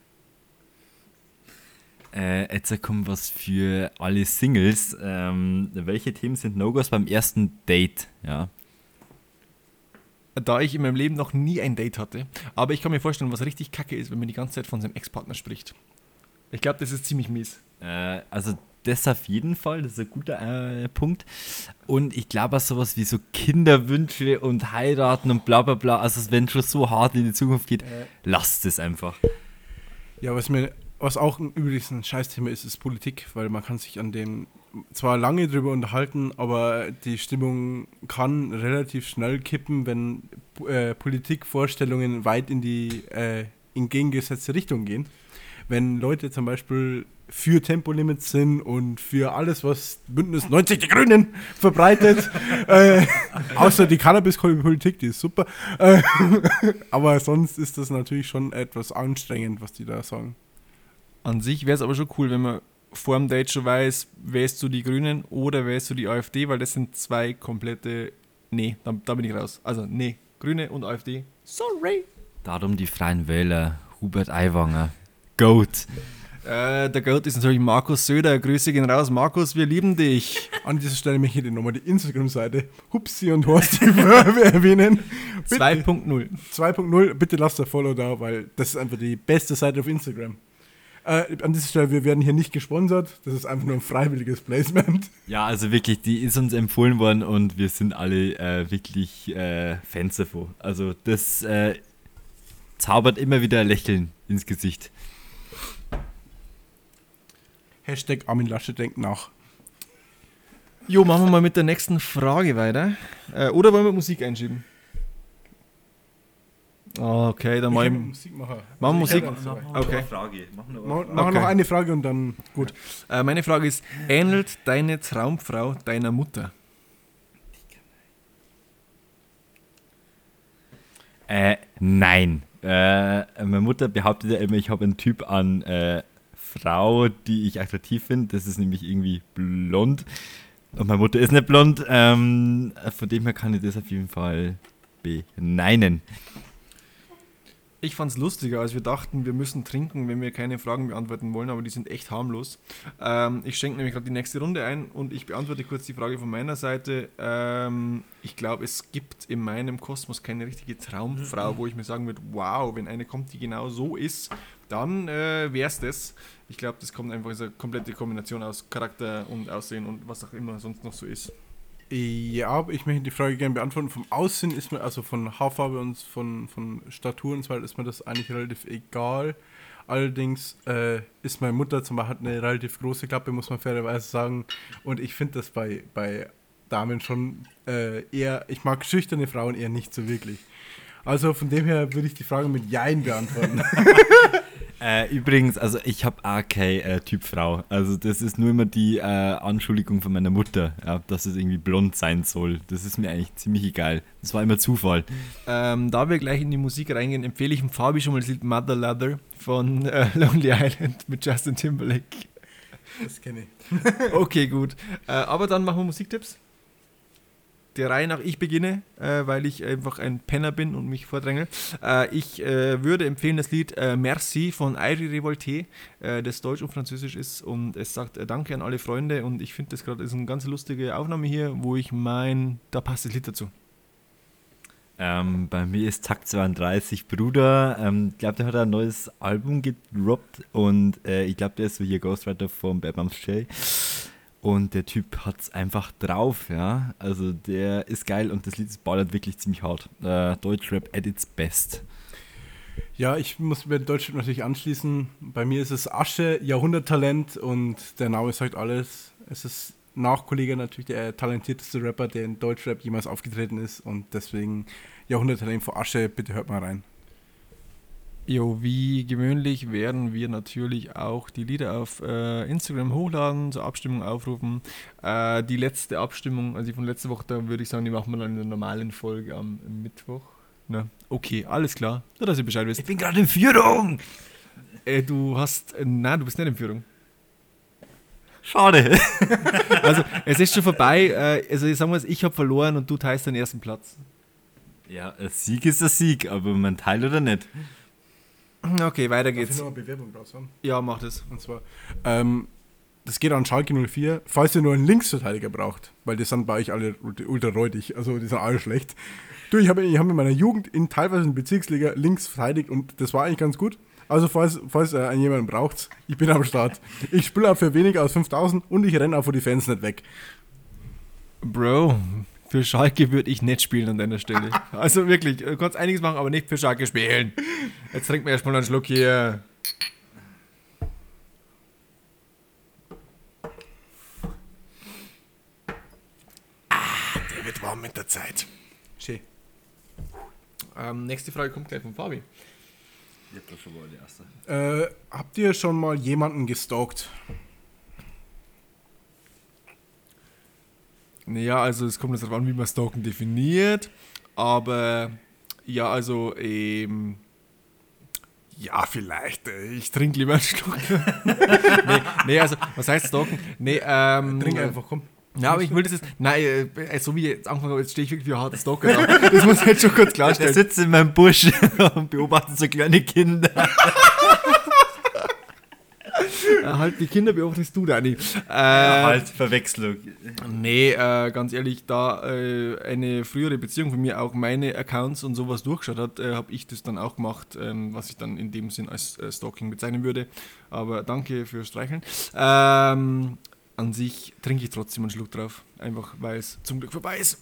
Äh, jetzt kommt was für alle Singles. Ähm, welche Themen sind No-Gos beim ersten Date? Ja. Da ich in meinem Leben noch nie ein Date hatte, aber ich kann mir vorstellen, was richtig kacke ist, wenn man die ganze Zeit von seinem Ex-Partner spricht. Ich glaube, das ist ziemlich mies. Äh, also das auf jeden Fall, das ist ein guter äh, Punkt. Und ich glaube auch sowas wie so Kinderwünsche und heiraten und bla bla bla, also wenn es schon so hart in die Zukunft geht, Äh. lasst es einfach. Ja, was mir, was auch ein, übrigens ein Scheißthema ist, ist Politik, weil man kann sich an dem zwar lange drüber unterhalten, aber die Stimmung kann relativ schnell kippen, wenn äh, Politikvorstellungen weit in die äh, entgegengesetzte Richtung gehen. Wenn Leute zum Beispiel für Tempolimits sind und für alles, was Bündnis neunzig die Grünen verbreitet, äh, außer die Cannabis-Politik, die ist super, äh, aber sonst ist das natürlich schon etwas anstrengend, was die da sagen. An sich wäre es aber schon cool, wenn man vor dem Date schon weiß, wählst du die Grünen oder wählst du die AfD, weil das sind zwei komplette... Nee, da, da bin ich raus. Also, nee, Grüne und AfD. Sorry. Darum die Freien Wähler, Hubert Aiwanger, Goat. Äh, der Goat ist natürlich Markus Söder. Grüße gehen raus. Markus, wir lieben dich. An dieser Stelle möchte ich nochmal die Instagram-Seite Hupsi und Horsti erwähnen. Bitte. zwei Punkt null. zwei Punkt null, bitte lasst ein Follow da, weil das ist einfach die beste Seite auf Instagram. Äh, an dieser Stelle, wir werden hier nicht gesponsert, das ist einfach nur ein freiwilliges Placement. Ja, also wirklich, die ist uns empfohlen worden und wir sind alle äh, wirklich äh, Fans davon. Also das äh, zaubert immer wieder ein Lächeln ins Gesicht. Hashtag Armin Laschet denkt nach. Jo, machen wir mal mit der nächsten Frage weiter. Äh, oder wollen wir Musik einschieben? Oh, okay, dann mal Ich im Musik machen. Machen wir Musik? Okay. Okay. Frage. Machen wir Machen wir Okay. noch eine Frage und dann gut. Äh, meine Frage ist, ähnelt deine Traumfrau deiner Mutter? Äh, nein. Äh, meine Mutter behauptet ja immer, ich habe einen Typ an äh, Frau, die ich attraktiv finde. Das ist nämlich irgendwie blond. Und meine Mutter ist nicht blond. Ähm, von dem her kann ich das auf jeden Fall beneinen. Ich fand's lustiger, als wir dachten, wir müssen trinken, wenn wir keine Fragen beantworten wollen, aber die sind echt harmlos. Ähm, ich schenke nämlich gerade die nächste Runde ein und ich beantworte kurz die Frage von meiner Seite. Ähm, ich glaube, es gibt in meinem Kosmos keine richtige Traumfrau, wo ich mir sagen würde, wow, wenn eine kommt, die genau so ist, dann äh, wär's das. Ich glaube, das kommt einfach als eine komplette Kombination aus Charakter und Aussehen und was auch immer sonst noch so ist. Ja, aber ich möchte die Frage gerne beantworten. Vom Aussehen ist mir, also von Haarfarbe und von, von Statur und so weiter, ist mir das eigentlich relativ egal. Allerdings äh, ist meine Mutter zum Beispiel, hat eine relativ große Klappe, muss man fairerweise sagen. Und ich finde das bei, bei Damen schon äh, eher, ich mag schüchterne Frauen eher nicht so wirklich. Also von dem her würde ich die Frage mit Jein beantworten. Äh, übrigens, also ich habe auch keine äh, Typ Frau. Also das ist nur immer die äh, Anschuldigung von meiner Mutter, ja, dass es irgendwie blond sein soll. Das ist mir eigentlich ziemlich egal. Das war immer Zufall. Ähm, da wir gleich in die Musik reingehen, empfehle ich dem Fabi schon mal das Lied Mother Leather von äh, Lonely Island mit Justin Timberlake. Das kenne ich. Okay, gut. Äh, aber dann machen wir Musiktipps. Der Reihe nach, ich beginne, äh, weil ich einfach ein Penner bin und mich vordränge. Äh, ich äh, würde empfehlen das Lied äh, Merci von Airy Revolté, äh, das deutsch und französisch ist und es sagt äh, Danke an alle Freunde und ich finde das gerade ist eine ganz lustige Aufnahme hier, wo ich mein, da passt das Lied dazu. Ähm, bei mir ist Takt zweiunddreißig Bruder. Ich ähm, glaube, der hat ein neues Album gedroppt und äh, ich glaube, der ist so hier Ghostwriter von Bad Moms J. Und der Typ hat's einfach drauf, ja. Also der ist geil und das Lied ballert wirklich ziemlich hart. Äh, Deutschrap at its best. Ja, ich muss mir Deutschland natürlich anschließen. Bei mir ist es Asche, Jahrhunderttalent und der Name sagt alles. Es ist nach Kollege natürlich der talentierteste Rapper, der in Deutschrap jemals aufgetreten ist und deswegen Jahrhunderttalent von Asche, bitte hört mal rein. Jo, wie gewöhnlich werden wir natürlich auch die Lieder auf äh, Instagram hochladen, zur Abstimmung aufrufen. Äh, die letzte Abstimmung, also die von letzter Woche, da würde ich sagen, die machen wir dann in der normalen Folge am Mittwoch. Na, okay, alles klar, nur dass ihr Bescheid wisst. Ich bin gerade in Führung! Äh, du hast, äh, nein, du bist nicht in Führung. Schade. Also, es ist schon vorbei, äh, also ich sag mal, ich habe verloren und du teilst den ersten Platz. Ja, ein Sieg ist ein Sieg, aber man teilt oder nicht. Okay, weiter Darf ich geht's. noch eine Bewerbung draus haben? Ja, mach das. Und zwar, ähm, das geht an Schalke null vier, falls ihr nur einen Linksverteidiger braucht, weil die sind bei euch alle ultra räudig, also die sind alle schlecht. Du, ich habe ich hab in meiner Jugend in teilweise in Bezirksliga links verteidigt und das war eigentlich ganz gut. Also falls, falls äh, jemanden braucht, ich bin am Start. Ich spiele auch für weniger als fünftausend und ich renne auch vor die Fans nicht weg. Bro, für Schalke würde ich nicht spielen an deiner Stelle. Also wirklich, du kannst einiges machen, aber nicht für Schalke spielen. Jetzt trinken wir erstmal einen Schluck hier. Ah, der wird warm mit der Zeit. Schön. Ähm, nächste Frage kommt gleich von Fabi. Ich hab doch schon mal die erste. Äh, habt ihr schon mal jemanden gestalkt? Naja, also es kommt jetzt darauf an, wie man Stalken definiert. Aber ja, also ähm, ja, vielleicht. äh, Ich trinke lieber einen Schluck. nee, nee, also was heißt Stalken? Nee, ähm, Trink einfach, komm. Ja, aber ich will das jetzt. Nein, äh, so wie ich jetzt angefangen habe, jetzt stehe ich wirklich wie ein harter Stalker da. Das muss ich jetzt schon kurz Der klarstellen. sitzt in meinem Busch und beobachtet so kleine Kinder. Halt, die Kinder beobachtest du, Dani. Äh, halt, Verwechslung. Nee, äh, ganz ehrlich, da äh, eine frühere Beziehung von mir auch meine Accounts und sowas durchgeschaut hat, äh, habe ich das dann auch gemacht, ähm, was ich dann in dem Sinn als äh, Stalking bezeichnen würde. Aber danke fürs Streicheln. Ähm, an sich trinke ich trotzdem einen Schluck drauf, einfach weil es zum Glück vorbei ist.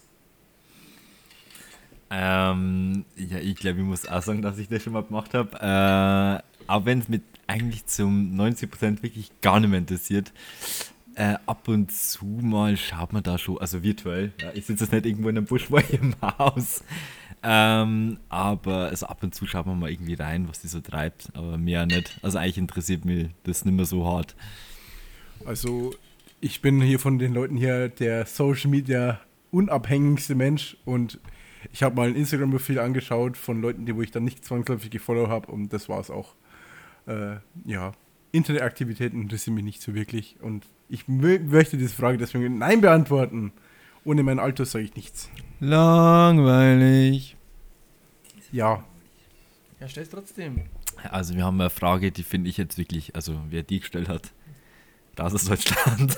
Ähm, ja, ich glaube, ich muss auch sagen, dass ich das schon mal gemacht habe. Äh, auch wenn es mit eigentlich zum neunzig Prozent wirklich gar nicht mehr interessiert. Äh, ab und zu mal schaut man da schon, also virtuell. Ja, ich sitze jetzt nicht irgendwo in einem Busch vor im Haus. Ähm, aber also ab und zu schaut man mal irgendwie rein, was die so treibt. Aber mehr nicht. Also eigentlich interessiert mich das nicht mehr so hart. Also ich bin hier von den Leuten hier der Social Media unabhängigste Mensch und ich habe mal ein Instagram-Profil angeschaut von Leuten, die wo ich dann nicht zwangsläufig gefollowt habe und das war es auch. Äh, ja, Internetaktivitäten interessieren mich nicht so wirklich und ich mö- möchte diese Frage deswegen mit Nein beantworten. Ohne mein Alter sage ich nichts. Langweilig. Ja. Ja, stell's trotzdem. Also wir haben eine Frage, die finde ich jetzt wirklich, also wer die gestellt hat, das ist Deutschland.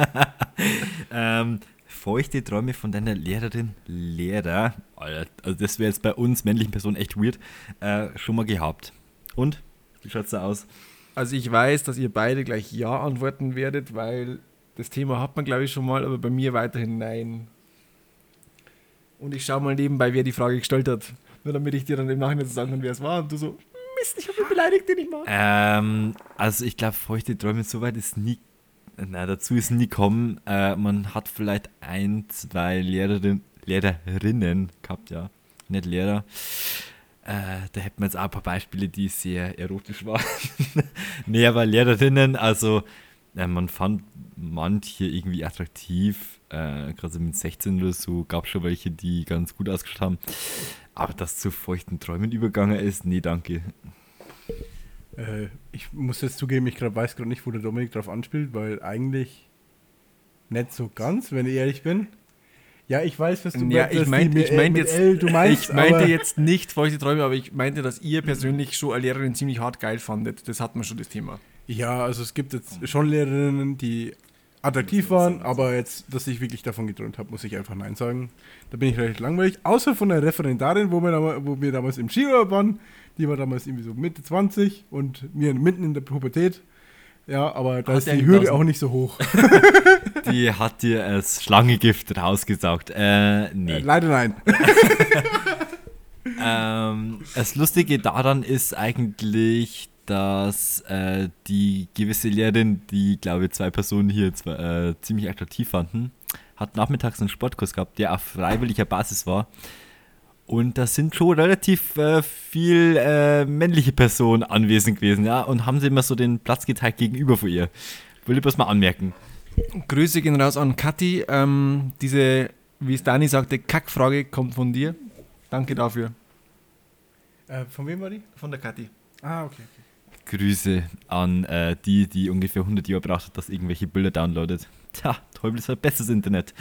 ähm, feuchte Träume von deiner Lehrerin, Lehrer, Alter, also das wäre jetzt bei uns männlichen Personen echt weird, äh, schon mal gehabt. Und? Wie schaut's da aus? Also ich weiß, dass ihr beide gleich Ja antworten werdet, weil das Thema hat man, glaube ich, schon mal, aber bei mir weiterhin Nein. Und ich schaue mal nebenbei, wer die Frage gestellt hat. Nur damit ich dir dann im Nachhinein sagen kann, wer es war. Und du so, Mist, ich habe ihn beleidigt, den ich mag. Ähm, also ich glaube, feuchte Träume, so weit ist nie, nein, dazu ist nie gekommen. Äh, man hat vielleicht ein, zwei Lehrerin, Lehrerinnen gehabt, ja, nicht Lehrer. Äh, da hätten wir jetzt auch ein paar Beispiele, die sehr erotisch waren. Nee, aber Lehrerinnen, also äh, man fand manche irgendwie attraktiv, äh, gerade so mit sechzehn oder so, gab es schon welche, die ganz gut ausgeschaut haben. Aber dass zu feuchten Träumen übergegangen ist, nee, danke. Äh, ich muss jetzt zugeben, ich grad weiß gerade nicht, wo der Dominik drauf anspielt, weil eigentlich nicht so ganz, wenn ich ehrlich bin. Ja, ich weiß, was du Ja, meinst, ich dass die meinte mit ich L- meinte mit jetzt, L, du meinst, ich meinte aber- jetzt nicht feuchte Träume, aber ich meinte, dass ihr persönlich schon als Lehrerin ziemlich hart geil fandet. Das hatten wir schon, das Thema. Ja, also es gibt jetzt schon Lehrerinnen, die attraktiv waren, aber jetzt, dass ich wirklich davon geträumt habe, muss ich einfach Nein sagen. Da bin ich recht langweilig. Außer von der Referendarin, wo wir, damals, wo wir damals im Skiurlaub waren. Die war damals irgendwie so Mitte zwanzig und mir mitten in der Pubertät. Ja, aber da Hat ist der die Hürde genossen? auch nicht so hoch. Die hat dir als Schlangengift rausgesaugt. Äh, nee. Äh, leider nein. Ähm, das Lustige daran ist eigentlich, dass äh, die gewisse Lehrerin, die, glaube ich, zwei Personen hier zwei, äh, ziemlich attraktiv fanden, hat nachmittags einen Sportkurs gehabt, der auf freiwilliger Basis war. Und da sind schon relativ äh, viel äh, männliche Personen anwesend gewesen, ja, und haben sie immer so den Platz geteilt gegenüber von ihr. Will ich bloß mal anmerken. Grüße gehen raus an Kathi. Ähm, diese, wie es Dani sagte, Kackfrage kommt von dir. Danke dafür. Äh, von wem war die? Von der Kathi. Ah, okay. okay. Grüße an äh, die, die ungefähr hundert Jahre braucht hat, dass irgendwelche Bilder downloadet. Tja, Teufel ist halt besseres Internet.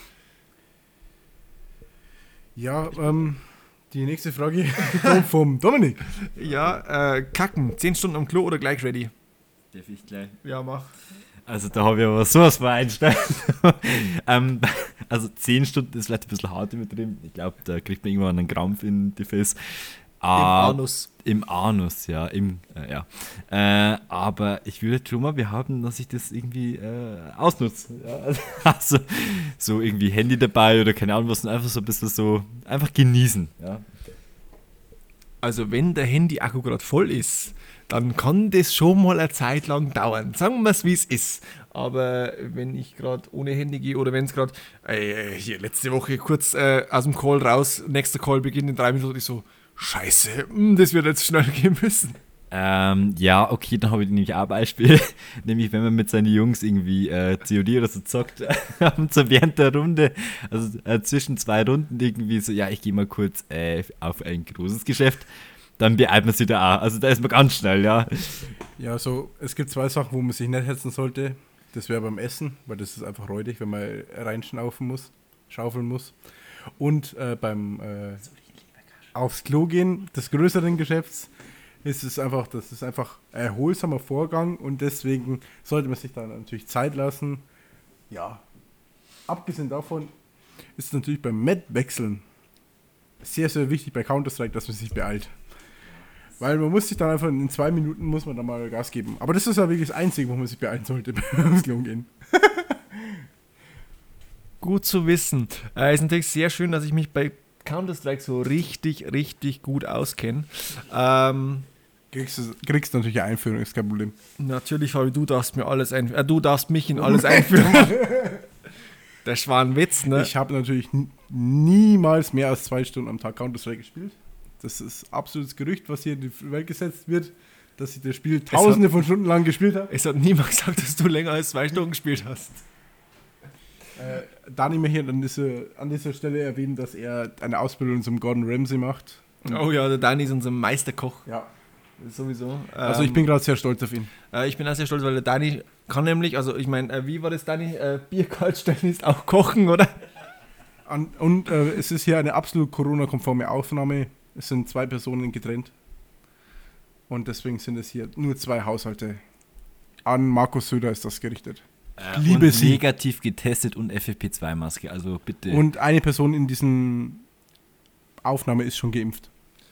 Ja, ähm, die nächste Frage kommt vom Dominik. Ja, äh, kacken. Zehn Stunden am Klo oder gleich ready? Darf ich gleich? Ja, mach. Also da habe ich aber sowas von einstellen. ähm, also zehn Stunden ist vielleicht ein bisschen hart übertrieben. Ich glaube, da kriegt man irgendwann einen Krampf in die Face. Ah, Anus. Im Anus, ja. Im, äh, ja. Äh, aber ich würde schon mal behaupten, dass ich das irgendwie äh, ausnutze. Ja? Also so irgendwie Handy dabei oder keine Ahnung was, und einfach so ein bisschen so, einfach genießen. Ja? Also wenn der Handy-Akku gerade voll ist, dann kann das schon mal eine Zeit lang dauern. Sagen wir es, wie es ist. Aber wenn ich gerade ohne Handy gehe oder wenn es gerade, äh, hier letzte Woche kurz äh, aus dem Call raus, nächster Call beginnt in drei Minuten, ich so, scheiße, mh, das wird jetzt schnell gehen müssen. Ähm, ja, okay, dann habe ich nämlich auch ein Beispiel. Nämlich, wenn man mit seinen Jungs irgendwie äh, C O D oder so zockt, und so während der Runde, also äh, zwischen zwei Runden irgendwie so, ja, ich gehe mal kurz äh, auf ein großes Geschäft, dann beeilt man sich da auch. Also da ist man ganz schnell, ja. Ja, also es gibt zwei Sachen, wo man sich nicht hetzen sollte. Das wäre beim Essen, weil das ist einfach räudig, wenn man reinschnaufen muss, schaufeln muss. Und äh, beim äh, aufs Klo gehen des größeren Geschäfts, ist es einfach, das ist einfach ein erholsamer Vorgang und deswegen sollte man sich da natürlich Zeit lassen. Ja, abgesehen davon ist es natürlich beim Map-Wechseln sehr, sehr wichtig bei Counter-Strike, dass man sich beeilt. Weil man muss sich dann einfach in zwei Minuten muss man da mal Gas geben. Aber das ist ja wirklich das Einzige, wo man sich beeilen sollte beim gehen. Gut zu wissen. Äh, ist natürlich sehr schön, dass ich mich bei Counter-Strike so richtig, richtig gut auskenne. Ähm, Kriegst du kriegst natürlich eine Einführung, ist kein Problem. natürlich, Fabi, du darfst mir alles einführen. Äh, du darfst mich in alles einführen. Das war ein Witz, ne? Ich habe natürlich n- niemals mehr als zwei Stunden am Tag Counter-Strike gespielt. Das ist absolutes Gerücht, was hier in die Welt gesetzt wird, dass ich das Spiel tausende von Stunden lang gespielt habe. Es hat niemand gesagt, dass du länger als zwei Stunden gespielt hast. Äh, Dani mir hier an dieser, an dieser Stelle erwähnen, dass er eine Ausbildung zum Gordon Ramsay macht. Und Oh ja, der Dani ist unser Meisterkoch. ja. Sowieso. Also ich Ähm, bin gerade sehr stolz auf ihn. Äh, ich bin auch sehr stolz, weil der Dani kann nämlich, also ich meine, äh, wie war das, Dani? Äh, Bier kalt stellen ist auch kochen, oder? An, und äh, es ist hier eine absolut Corona-konforme Aufnahme. Es sind zwei Personen getrennt. Und deswegen sind es hier nur zwei Haushalte. An Markus Söder ist das gerichtet. Äh, Liebe und Sie. negativ getestet und F F P zwei Maske, also bitte. Und eine Person in diesen Aufnahme ist schon geimpft.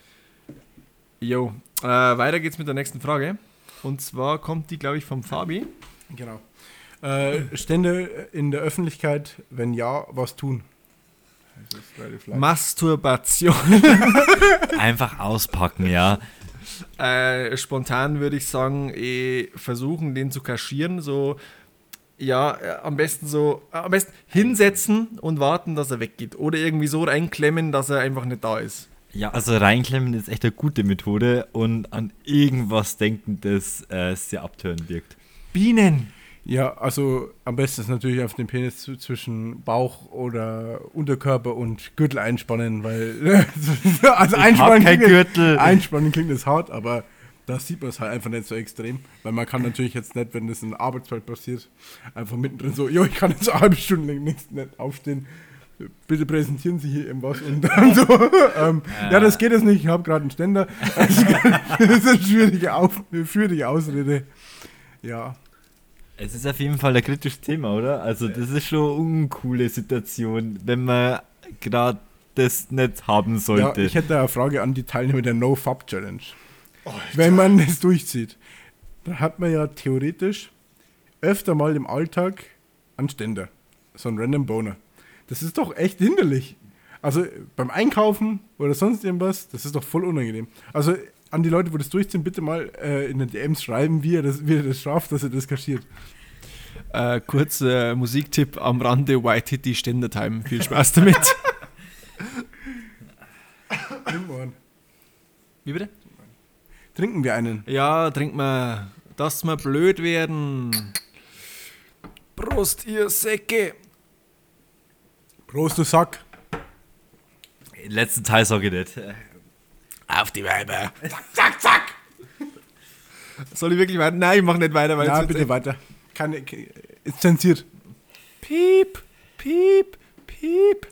Jo. Äh, weiter geht's mit der nächsten Frage. Und zwar kommt die, glaube ich, vom Fabi. Genau. Äh, Stände in der Öffentlichkeit, wenn ja, was tun? Das ist relativ leicht. Masturbation. Einfach auspacken, ja. Äh, spontan würde ich sagen, eh, versuchen, den zu kaschieren. So, ja, äh, am besten so, äh, am besten hinsetzen und warten, dass er weggeht. Oder irgendwie so reinklemmen, dass er einfach nicht da ist. Ja, also reinklemmen ist echt eine gute Methode und an irgendwas denken, das äh, sehr abtörend wirkt. Bienen. Ja, also am besten ist natürlich auf den Penis zu- zwischen Bauch oder Unterkörper und Gürtel einspannen, weil also einspannen kein klingt, Gürtel. einspannen klingt das hart, aber da sieht man es halt einfach nicht so extrem, weil man kann natürlich jetzt nicht, wenn das in der Arbeitswelt passiert, einfach mittendrin so, jo, ich kann jetzt eine halbe Stunde lang nicht, nicht aufstehen, bitte präsentieren Sie hier irgendwas und dann so, ähm, ja, das geht jetzt nicht, ich habe gerade einen Ständer, also, das ist eine schwierige, Auf, eine schwierige Ausrede, ja. Es ist auf jeden Fall ein kritisches Thema, oder? Also das ist schon eine uncoole Situation, wenn man gerade das nicht haben Ja, sollte. ich hätte eine Frage an die Teilnehmer der No-Fab-Challenge. Wenn man das durchzieht, dann hat man ja theoretisch öfter mal im Alltag einen Ständer. So einen Random Boner. Das ist doch echt hinderlich. Also beim Einkaufen oder sonst irgendwas, das ist doch voll unangenehm. Also an die Leute, wo das durchziehen, bitte mal äh, in den D Ms schreiben, wie er das, wie er das schafft, dass er das kaschiert. Äh, kurz äh, Musiktipp am Rande, White Hitty Ständer Time. Viel Spaß damit. Nimm mal. Wie bitte? Trinken wir einen. Ja, trink mal. Dass wir blöd werden. Prost, ihr Säcke. Prost, du Sack. Den letzten Teil sage ich nicht. Auf die Weiber. Zack, zack, zack. Soll ich wirklich weiter? Nein, ich mach nicht weiter, weil Ja, jetzt bitte wird's weiter. Keine, ke- ist zensiert. Piep, piep, piep.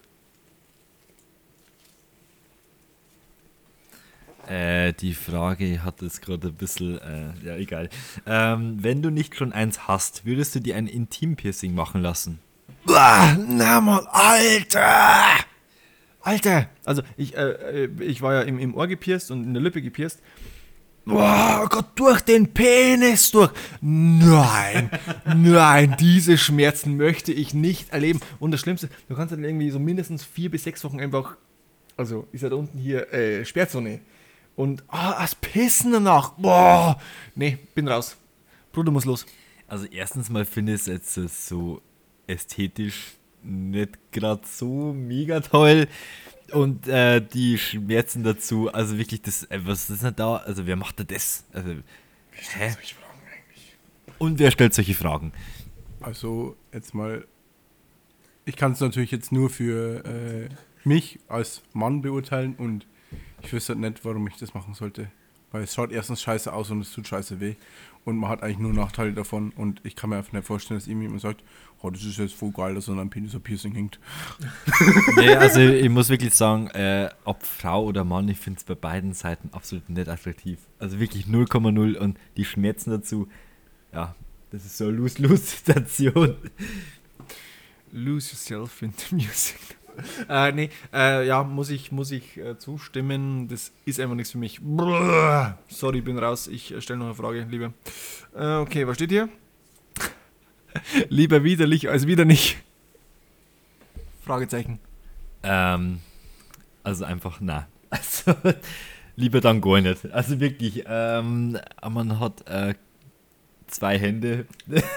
Äh, die Frage hat es gerade ein bisschen, äh, ja egal. Ähm, wenn du nicht schon eins hast, würdest du dir ein Intim-Piercing machen lassen? Uah, na mal, Alter! Alter! Also, ich, äh, ich war ja im, im Ohr gepierst und in der Lippe gepierst. Boah, Gott, durch den Penis durch. Nein, nein, diese Schmerzen möchte ich nicht erleben. Und das Schlimmste, du kannst dann irgendwie so mindestens vier bis sechs Wochen einfach, also ist ja da unten hier äh, Sperrzone. Und, ah, das Pissen danach. Boah, nee, bin raus. Bruder muss los. Also erstens mal finde ich es jetzt äh, so ästhetisch nicht gerade so mega toll. Und äh, die Schmerzen dazu, also wirklich, das, äh, was ist denn da? Also wer macht da das? Also, hä? Und wer stellt solche Fragen? Also jetzt mal, ich kann es natürlich jetzt nur für äh, mich als Mann beurteilen und ich wüsste halt nicht, warum ich das machen sollte. Weil es schaut erstens scheiße aus und es tut scheiße weh. Und man hat eigentlich nur Nachteile davon. Und ich kann mir einfach nicht vorstellen, dass irgendjemand sagt, oh, das ist jetzt voll geil, dass an einem Penis ein Piercing hängt. Nee, also ich muss wirklich sagen, äh, ob Frau oder Mann, ich finde es bei beiden Seiten absolut nicht attraktiv. Also wirklich null Komma null und die Schmerzen dazu, ja, das ist so eine Lose-Lose-Situation. Lose yourself in the music. äh, nee, äh, ja, muss ich, muss ich äh, zustimmen. Das ist einfach nichts für mich. Brrr. Sorry, bin raus. Ich äh, stelle noch eine Frage, lieber. Äh, okay, was steht hier? Lieber widerlich als wieder nicht. Fragezeichen. Ähm, also einfach, na. Also, lieber dann gar nicht. Also wirklich, ähm, man hat äh, zwei Hände.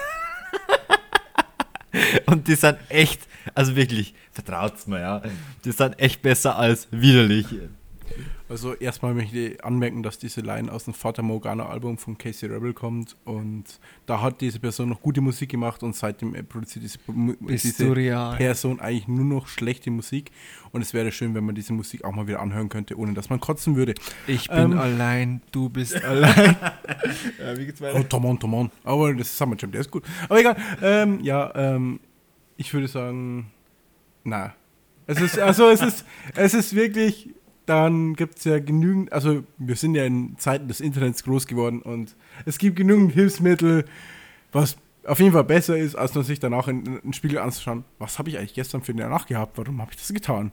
Und die sind echt, also wirklich, vertraut's mir, ja. Die sind echt besser als widerlich. Also erstmal möchte ich anmerken, dass diese Line aus dem Fata Morgana Album von Casey Rebel kommt und da hat diese Person noch gute Musik gemacht und seitdem produziert diese, diese Person eigentlich nur noch schlechte Musik und es wäre schön, wenn man diese Musik auch mal wieder anhören könnte, ohne dass man kotzen würde. Ich bin ähm, allein, du bist allein. Ja, wie geht's weiter? Oh, come on, come on. Aber das ist Summer Jam, der ist gut. Aber egal. Ähm, ja, ähm, ich würde sagen, na. Es ist, also es ist, es ist wirklich... Dann gibt es ja genügend, also wir sind ja in Zeiten des Internets groß geworden und es gibt genügend Hilfsmittel, was auf jeden Fall besser ist, als nur sich danach in, in den Spiegel anzuschauen. Was habe ich eigentlich gestern für eine Nacht gehabt? Warum habe ich das getan?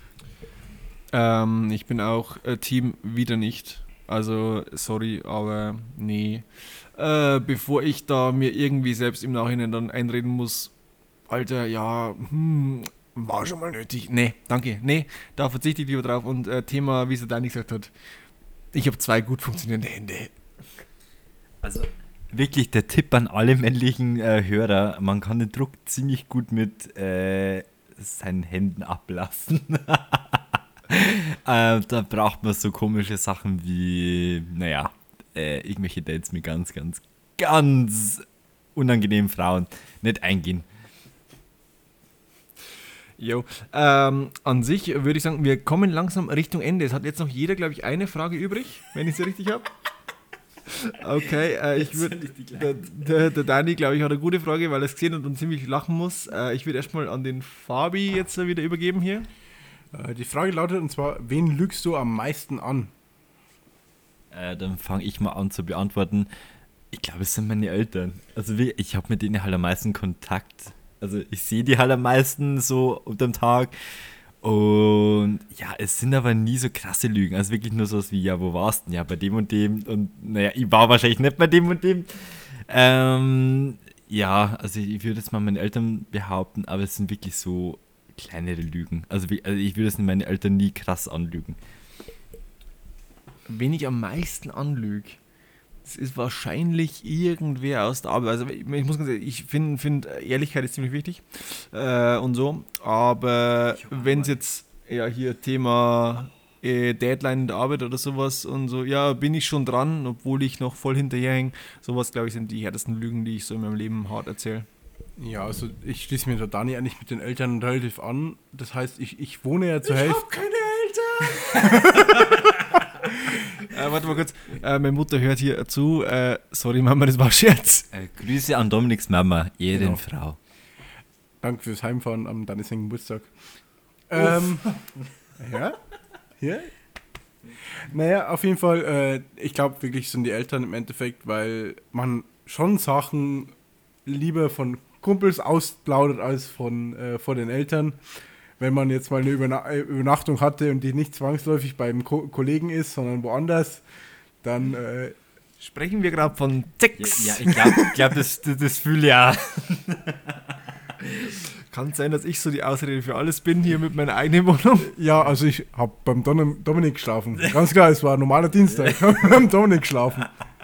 Ähm, ich bin auch äh, Team wieder nicht. Also sorry, aber nee. Äh, bevor ich da mir irgendwie selbst im Nachhinein dann einreden muss, Alter, ja, hm, war schon mal nötig. Nee, danke. Nee, da verzichte ich lieber drauf. Und äh, Thema, wie es der Dani gesagt hat, ich habe zwei gut funktionierende Hände. Also wirklich der Tipp an alle männlichen äh, Hörer, man kann den Druck ziemlich gut mit äh, seinen Händen ablassen. äh, da braucht man so komische Sachen wie, naja, äh, irgendwelche Dates mit ganz, ganz, ganz unangenehmen Frauen nicht eingehen. Jo, ähm, an sich würde ich sagen, wir kommen langsam Richtung Ende. Es hat jetzt noch jeder, glaube ich, eine Frage übrig, wenn ich sie richtig habe. Okay, äh, ich würde, der, der, der Dani, glaube ich, hat eine gute Frage, weil er es gesehen hat und ziemlich lachen muss. Äh, ich würde erstmal an den Fabi jetzt wieder übergeben hier. Äh, die Frage lautet, und zwar, wen lügst du am meisten an? Äh, dann fange ich mal an zu beantworten. Ich glaube, es sind meine Eltern. Also ich habe mit denen halt am meisten Kontakt. Also ich sehe die halt am meisten so unterm Tag und ja, es sind aber nie so krasse Lügen, also wirklich nur sowas wie, ja, wo warst du denn? Ja, bei dem und dem und naja, ich war wahrscheinlich nicht bei dem und dem. Ähm, ja, also ich würde jetzt mal meine Eltern behaupten, aber es sind wirklich so kleinere Lügen. Also, also ich würde es meine Eltern nie krass anlügen. Wen ich am meisten anlüge? Es ist wahrscheinlich irgendwer aus der Arbeit. Also ich, ich muss ganz ehrlich, ich finde, find, Ehrlichkeit ist ziemlich wichtig äh, und so. Aber wenn es jetzt ja hier Thema äh, Deadline in der Arbeit oder sowas und so, ja, bin ich schon dran, obwohl ich noch voll hinterherhänge. Sowas, glaube ich, sind die härtesten Lügen, die ich so in meinem Leben hart erzähle. Ja, also ich schließe mir da Dani eigentlich mit den Eltern relativ an. Das heißt, ich, ich wohne ja zur Hälfte. Ich habe keine Eltern! Äh, warte mal kurz, äh, meine Mutter hört hier zu. Äh, sorry Mama, das war ein Scherz. Äh, Grüße an Dominiks Mama, Ehrenfrau. Genau. Danke fürs Heimfahren am Dani seinen Geburtstag. Ähm, ja? Ja? Naja, auf jeden Fall, äh, ich glaube wirklich sind die Eltern im Endeffekt, weil man schon Sachen lieber von Kumpels ausplaudert als von, äh, von den Eltern. Wenn man jetzt mal eine Überna- Übernachtung hatte und die nicht zwangsläufig beim Ko- Kollegen ist, sondern woanders, dann äh, sprechen wir gerade von Sex. Ja, ja, ich glaube, glaub, das, das, das fühle ja. Kann sein, dass ich so die Ausrede für alles bin hier mit meiner eigenen Wohnung. Ja, also ich habe beim Don- Dominik geschlafen. Ganz klar, es war ein normaler Dienstag. Ich habe beim Dominik geschlafen.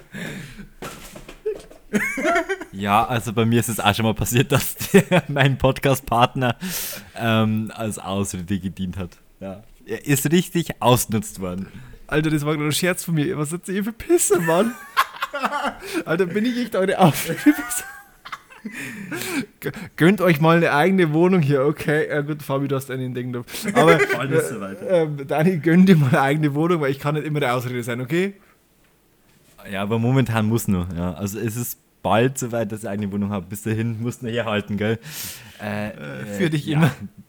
Ja, also bei mir ist es auch schon mal passiert, dass der, mein Podcast-Partner ähm, als Ausrede gedient hat. Ja. Er ist richtig ausgenutzt worden. Alter, das war gerade ein Scherz von mir. Was seid ihr für Pisse, Mann? Alter, bin ich echt eure Ausrede? Gönnt euch mal eine eigene Wohnung hier, okay? Ja gut, Fabi, du hast einen denken dürfen. Aber alles so weiter. Äh, äh, Dani, gönn dir mal eine eigene Wohnung, weil ich kann nicht immer der Ausrede sein, okay? Ja, aber momentan muss nur. Ja. Also es ist bald soweit, dass ich eine Wohnung habe. Bis dahin musst du herhalten, gell? Äh, Äh, für äh, dich ja. immer.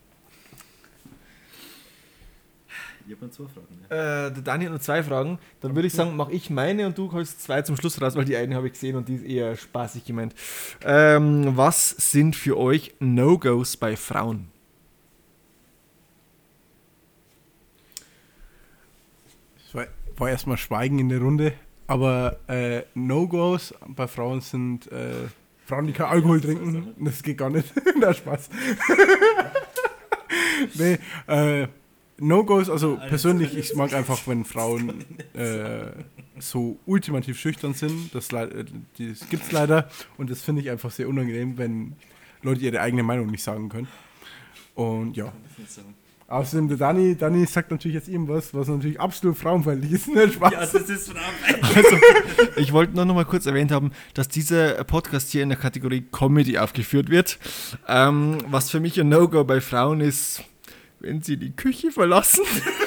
Ich habe noch zwei Fragen. Äh, der Dani hat noch zwei Fragen. Dann würde ich sagen, mache ich meine und du holst zwei zum Schluss raus, weil die eine habe ich gesehen und die ist eher spaßig gemeint. Ähm, was sind für euch No-Gos bei Frauen? Es war, war erstmal Schweigen in der Runde, aber äh, No-Gos bei Frauen sind äh, Frauen, die kein Alkohol trinken. Das geht gar nicht. Na, Spaß. nee, äh, No-Gos, also persönlich, ich mag einfach, wenn Frauen äh, so ultimativ schüchtern sind. Das, le- das gibt es leider und das finde ich einfach sehr unangenehm, wenn Leute ihre eigene Meinung nicht sagen können. Und ja. Außerdem, der Dani, Dani sagt natürlich jetzt irgendwas, was natürlich absolut frauenfeindlich ist. Ne? Spaß. Ja, das ist frauenfeindlich. Also, ich wollte nur noch mal kurz erwähnt haben, dass dieser Podcast hier in der Kategorie Comedy aufgeführt wird. Ähm, was für mich ein No-Go bei Frauen ist, wenn sie die Küche verlassen.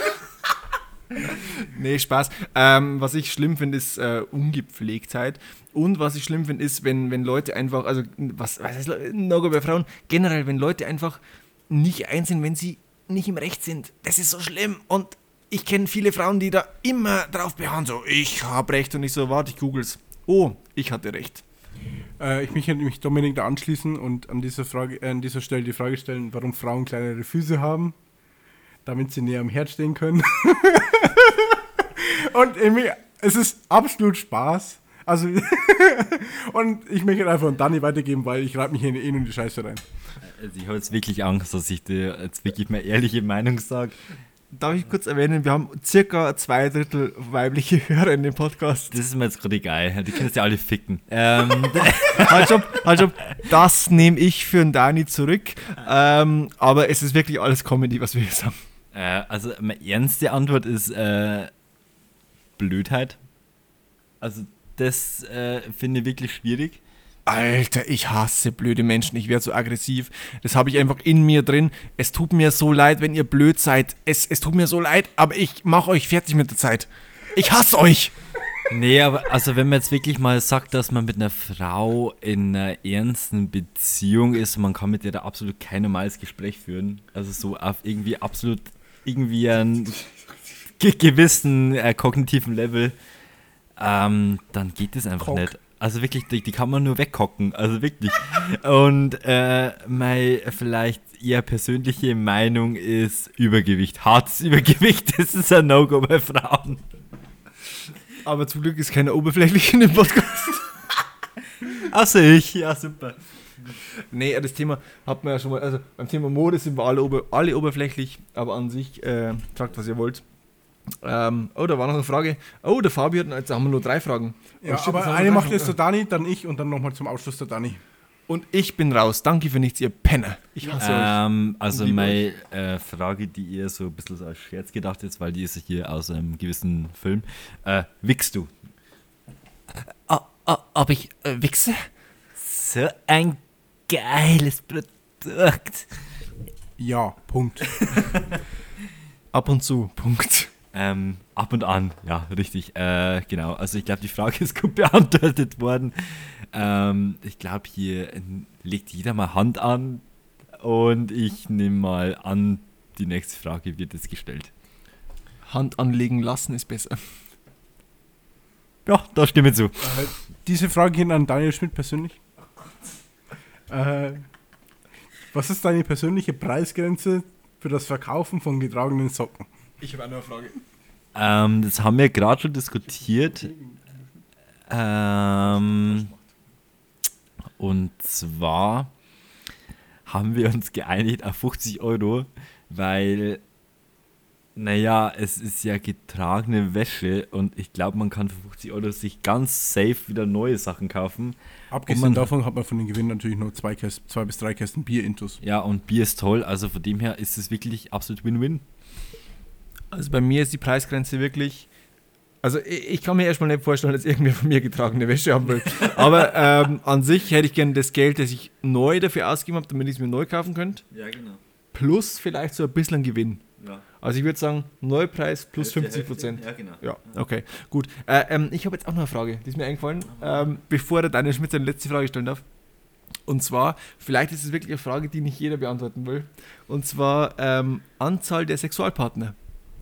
Nee, Spaß. Ähm, was ich schlimm finde, ist äh, Ungepflegtheit. Und was ich schlimm finde, ist, wenn, wenn Leute einfach, also was, was heißt No-Go bei Frauen? Generell, wenn Leute einfach nicht einsehen, wenn sie nicht im Recht sind. Das ist so schlimm. Und ich kenne viele Frauen, die da immer drauf beharren, so, ich habe Recht. Und ich so, warte, ich googles. Oh, ich hatte Recht. Äh, ich möchte mich Dominik da anschließen und an dieser, Frage, äh, an dieser Stelle die Frage stellen, warum Frauen kleinere Füße haben, damit sie näher am Herd stehen können. Und irgendwie, es ist absolut Spaß. Also und ich möchte einfach an Dani weitergeben, weil ich reibe mich hier eh nur in die Scheiße rein. Also ich habe jetzt wirklich Angst, dass ich dir jetzt wirklich meine ehrliche Meinung sage. Darf ich kurz erwähnen, wir haben circa zwei Drittel weibliche Hörer in dem Podcast. Das ist mir jetzt gerade egal. Die können ja alle ficken. Ähm, Halt stopp, halt stopp. Das nehme ich für den Dani zurück. Ähm, aber es ist wirklich alles Comedy, was wir hier sagen. äh, also meine ernste Antwort ist äh, Blödheit. Also das äh, finde ich wirklich schwierig. Alter, ich hasse blöde Menschen. Ich werde so aggressiv. Das habe ich einfach in mir drin. Es tut mir so leid, wenn ihr blöd seid. Es, es tut mir so leid, aber ich mache euch fertig mit der Zeit. Ich hasse euch. Nee, aber also wenn man jetzt wirklich mal sagt, dass man mit einer Frau in einer ernsten Beziehung ist, man kann mit der da absolut kein normales Gespräch führen. Also so auf irgendwie absolut irgendwie einen ge- gewissen äh, kognitiven Level, ähm, dann geht das einfach Kock. nicht. Also wirklich, die, die kann man nur wegkocken, also wirklich. Und äh, meine vielleicht eher persönliche Meinung ist Übergewicht. Hartes Übergewicht, das ist ein No-Go bei Frauen. Aber zum Glück ist keiner oberflächlich in dem Podcast. Außer ich, ja super. Nee, das Thema hat man ja schon mal, also beim Thema Mode sind wir alle, ober, alle oberflächlich, aber an sich, äh, sagt was ihr wollt. Ähm, oh, da war noch eine Frage. Oh, der Fabi hat, jetzt haben wir nur drei Fragen. Ja, Oh, shit, aber jetzt haben wir eine drei macht Fragen. jetzt der Dani, dann ich und dann nochmal zum Abschluss der Dani. Und ich bin raus. Danke für nichts, ihr Penner. Ich hasse euch. Ähm, also Liebe meine äh, Frage, die eher so ein bisschen so als Scherz gedacht ist, weil die ist hier aus einem gewissen Film. Äh, wickst du? Ah, ah, ob ich äh, wichse? So ein geiles Produkt. Ja, Punkt. Ab und zu. Punkt. Ähm, ab und an, ja, richtig. Äh, genau, also ich glaube, die Frage ist gut beantwortet worden. Ähm, ich glaube, hier äh, legt jeder mal Hand an und ich nehme mal an, die nächste Frage wird jetzt gestellt. Hand anlegen lassen ist besser. Ja, da stimme ich zu. Äh, diese Frage geht an Daniel Schmidt persönlich. Äh, was ist deine persönliche Preisgrenze für das Verkaufen von getragenen Socken? Ich habe eine Frage. Ähm, das haben wir gerade schon diskutiert. Ähm, und zwar haben wir uns geeinigt auf fünfzig Euro, weil, naja, es ist ja getragene Wäsche und ich glaube, man kann für fünfzig Euro sich ganz safe wieder neue Sachen kaufen. Abgesehen Und man- davon hat man von den Gewinnen natürlich nur zwei, Käst, zwei bis drei Kästen Bier intus. Ja, und Bier ist toll, also von dem her ist es wirklich absolut Win-Win. Also bei mir ist die Preisgrenze wirklich. Also ich, ich kann mir erstmal nicht vorstellen, dass irgendwer von mir getragene Wäsche haben will. Aber ähm, an sich hätte ich gerne das Geld, das ich neu dafür ausgegeben habe, damit ich es mir neu kaufen könnte. Ja, genau. Plus vielleicht so ein bisschen Gewinn. Ja. Also ich würde sagen, Neupreis plus fünfzig Prozent. Ja, genau. Ja, okay, gut. Äh, ähm, ich habe jetzt auch noch eine Frage, die ist mir eingefallen, ähm, bevor der Daniel Schmidt seine letzte Frage stellen darf. Und zwar, vielleicht ist es wirklich eine Frage, die nicht jeder beantworten will. Und zwar ähm, Anzahl der Sexualpartner.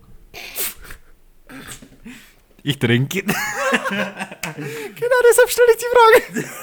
Ich trinke. Genau deshalb stelle ich die Frage.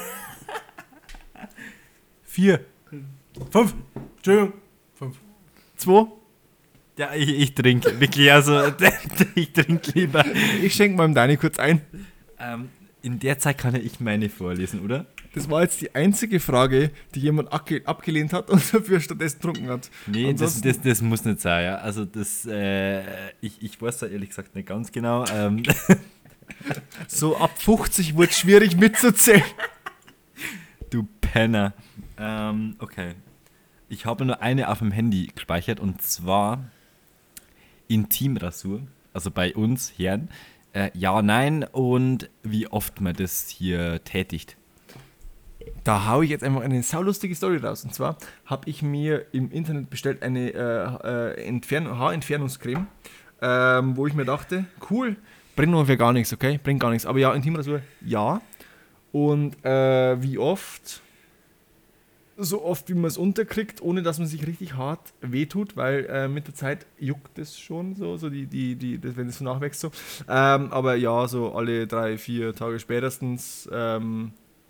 Vier. Fünf. Entschuldigung. Fünf. Zwei. Ja, ich, ich trinke. Wirklich, also ich trinke lieber. Ich schenke mal dem Dani kurz ein. Ähm, in der Zeit kann ja ich meine vorlesen, oder? Das war jetzt die einzige Frage, die jemand abge- abgelehnt hat und dafür stattdessen getrunken hat. Nee, das, Ansonsten- das, das muss nicht sein, ja. Also das, äh, ich, ich weiß da ehrlich gesagt nicht ganz genau. Ähm, So ab fünfzig wurde es schwierig mitzuzählen. du Penner. Ähm, okay. Ich habe nur eine auf dem Handy gespeichert und zwar Intimrasur. Also bei uns Herren. Äh, ja, nein und wie oft man das hier tätigt. Da haue ich jetzt einfach eine saulustige Story raus. Und zwar habe ich mir im Internet bestellt eine äh, äh, Entfern- Haarentfernungscreme, ähm, wo ich mir dachte, cool, bringt ungefähr gar nichts, okay? Bringt gar nichts. Aber ja, Intimrasur, ja. Und äh, wie oft? So oft, wie man es unterkriegt, ohne dass man sich richtig hart wehtut, weil äh, mit der Zeit juckt es schon so, so die, die, die, das, wenn es so nachwächst. So. Ähm, aber ja, so alle drei, vier Tage spätestens. Ähm,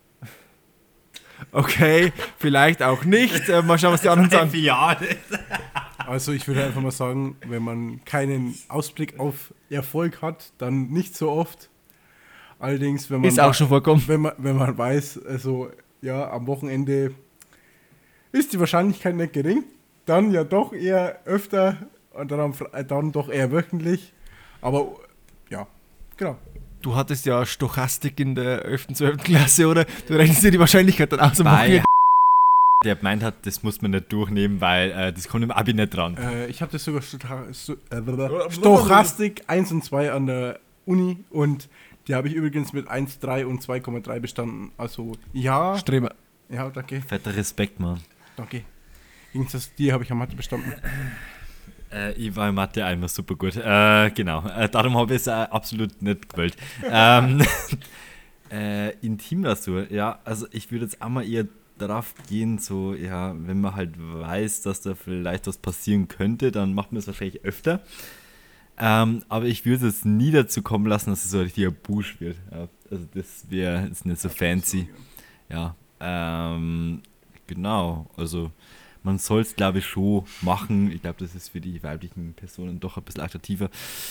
okay, vielleicht auch nicht. Äh, mal schauen, was die anderen sagen. Ja, Also ich würde einfach mal sagen, wenn man keinen Ausblick auf Erfolg hat, dann nicht so oft. Allerdings, wenn man, Ist auch schon vorkommen. wenn man, wenn man weiß, also ja, am Wochenende ist die Wahrscheinlichkeit nicht gering, dann ja doch eher öfter und dann, am Fre- dann doch eher wöchentlich. Aber ja, genau. Du hattest ja Stochastik in der elften, zwölften Klasse, oder? Du rechnest dir die Wahrscheinlichkeit dann aus. am Bei Wochenende. der gemeint hat, das muss man nicht durchnehmen, weil äh, das kommt im Abi nicht dran. Äh, ich habe das sogar Stocha- Sto- äh, Stochastik eins und zwei an der Uni und die habe ich übrigens mit eins Komma drei und zwei Komma drei bestanden. Also ja, Streber. ja, danke, Fetter Respekt, Mann. danke. Gegensatz dir habe ich am Mathe bestanden. Äh, ich war in Mathe einmal super gut. Äh, genau. Äh, darum habe ich es äh, absolut nicht gewählt. ähm, äh, Intimrasur, ja, also ich würde jetzt einmal eher darauf gehen, so, ja, wenn man halt weiß, dass da vielleicht was passieren könnte, dann macht man es wahrscheinlich öfter. Ähm, aber ich würde es jetzt nie dazu kommen lassen, dass es so ein richtiger Busch wird. Ja, also das wäre jetzt nicht so fancy. Ja, ähm, genau, also man soll es, glaube ich, schon machen. Ich glaube, das ist für die weiblichen Personen doch ein bisschen attraktiver.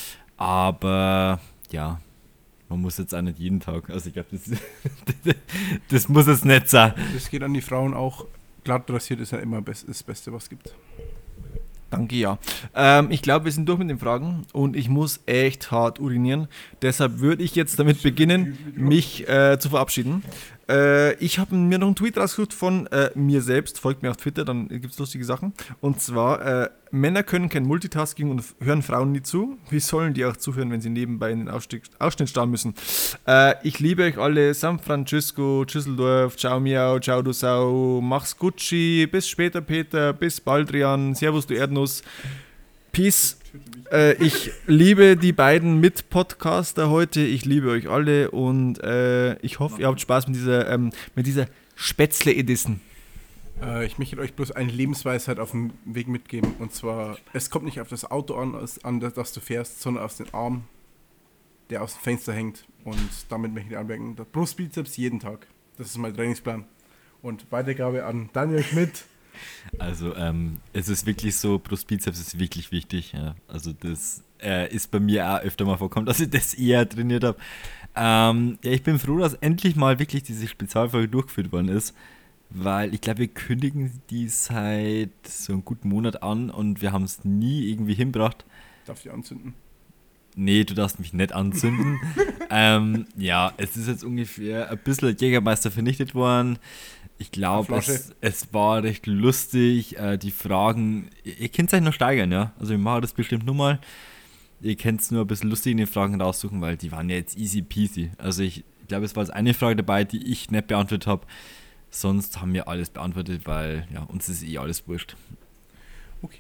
Aber ja, man muss jetzt auch nicht jeden Tag. Also ich glaube, das, das muss es nicht sein. Das geht an die Frauen auch. Glatt rasiert ist ja immer best, das Beste, was es gibt. Danke, ja. Ähm, ich glaube, wir sind durch mit den Fragen und ich muss echt hart urinieren. Deshalb würde ich jetzt damit beginnen, mich äh, zu verabschieden. Äh, ich habe mir noch einen Tweet rausgesucht von äh, mir selbst. Folgt mir auf Twitter, dann gibt es lustige Sachen. Und zwar, äh, Männer können kein Multitasking und f- hören Frauen nie zu. Wie sollen die auch zuhören, wenn sie nebenbei in den Ausstieg, Ausschnitt starren müssen? Äh, ich liebe euch alle. San Francisco, Düsseldorf, ciao Miau, ciao du Sau, mach's Gucci, bis später Peter, bis Baldrian, servus du Erdnuss. Peace. Äh, ich liebe die beiden Mit-Podcaster heute. Ich liebe euch alle und äh, ich hoffe, ihr habt Spaß mit dieser, ähm, mit dieser Spätzle-Edition. Äh, ich möchte euch bloß eine Lebensweisheit auf dem Weg mitgeben. Und zwar, es kommt nicht auf das Auto an, als- an das, das du fährst, sondern auf den Arm, der aus dem Fenster hängt. Und damit möchte ich anmerken, der Brustbizeps jeden Tag. Das ist mein Trainingsplan. Und Weitergabe an Daniel Schmidt. Also ähm, es ist wirklich so, Brustbizeps ist wirklich wichtig. Ja. Also das äh, ist bei mir auch öfter mal vorkommen, dass ich das eher trainiert habe. Ähm, ja, ich bin froh, dass endlich mal wirklich diese Spezialfolge durchgeführt worden ist, weil ich glaube, wir kündigen die seit so einem guten Monat an und wir haben es nie irgendwie hingebracht. Darf ich anzünden? Nee, du darfst mich nicht anzünden. ähm, ja, es ist jetzt ungefähr ein bisschen Jägermeister vernichtet worden. Ich glaube, Eine Flasche. es, es war recht lustig. Äh, die Fragen, ihr, ihr könnt es euch noch steigern, ja? Also ich mache das bestimmt nur mal. Ihr könnt es nur ein bisschen lustig in den Fragen raussuchen, weil die waren ja jetzt easy peasy. Also ich, ich glaube, es war jetzt eine Frage dabei, die ich nicht beantwortet habe. Sonst haben wir alles beantwortet, weil ja, uns ist eh alles wurscht. Okay.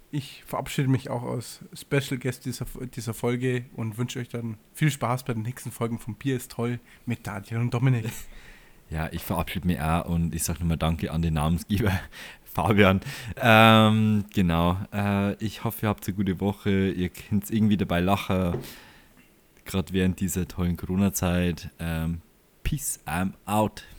ich verabschiede mich auch als Special Guest dieser, dieser Folge und wünsche euch dann viel Spaß bei den nächsten Folgen von Bier ist toll mit Daniel und Dominik. Ja, ich verabschiede mich auch und ich sage nochmal Danke an den Namensgeber, Fabian. Ähm, genau, äh, ich hoffe, ihr habt eine gute Woche, ihr könnt irgendwie dabei lachen, gerade während dieser tollen Corona-Zeit. Ähm, peace, I'm out.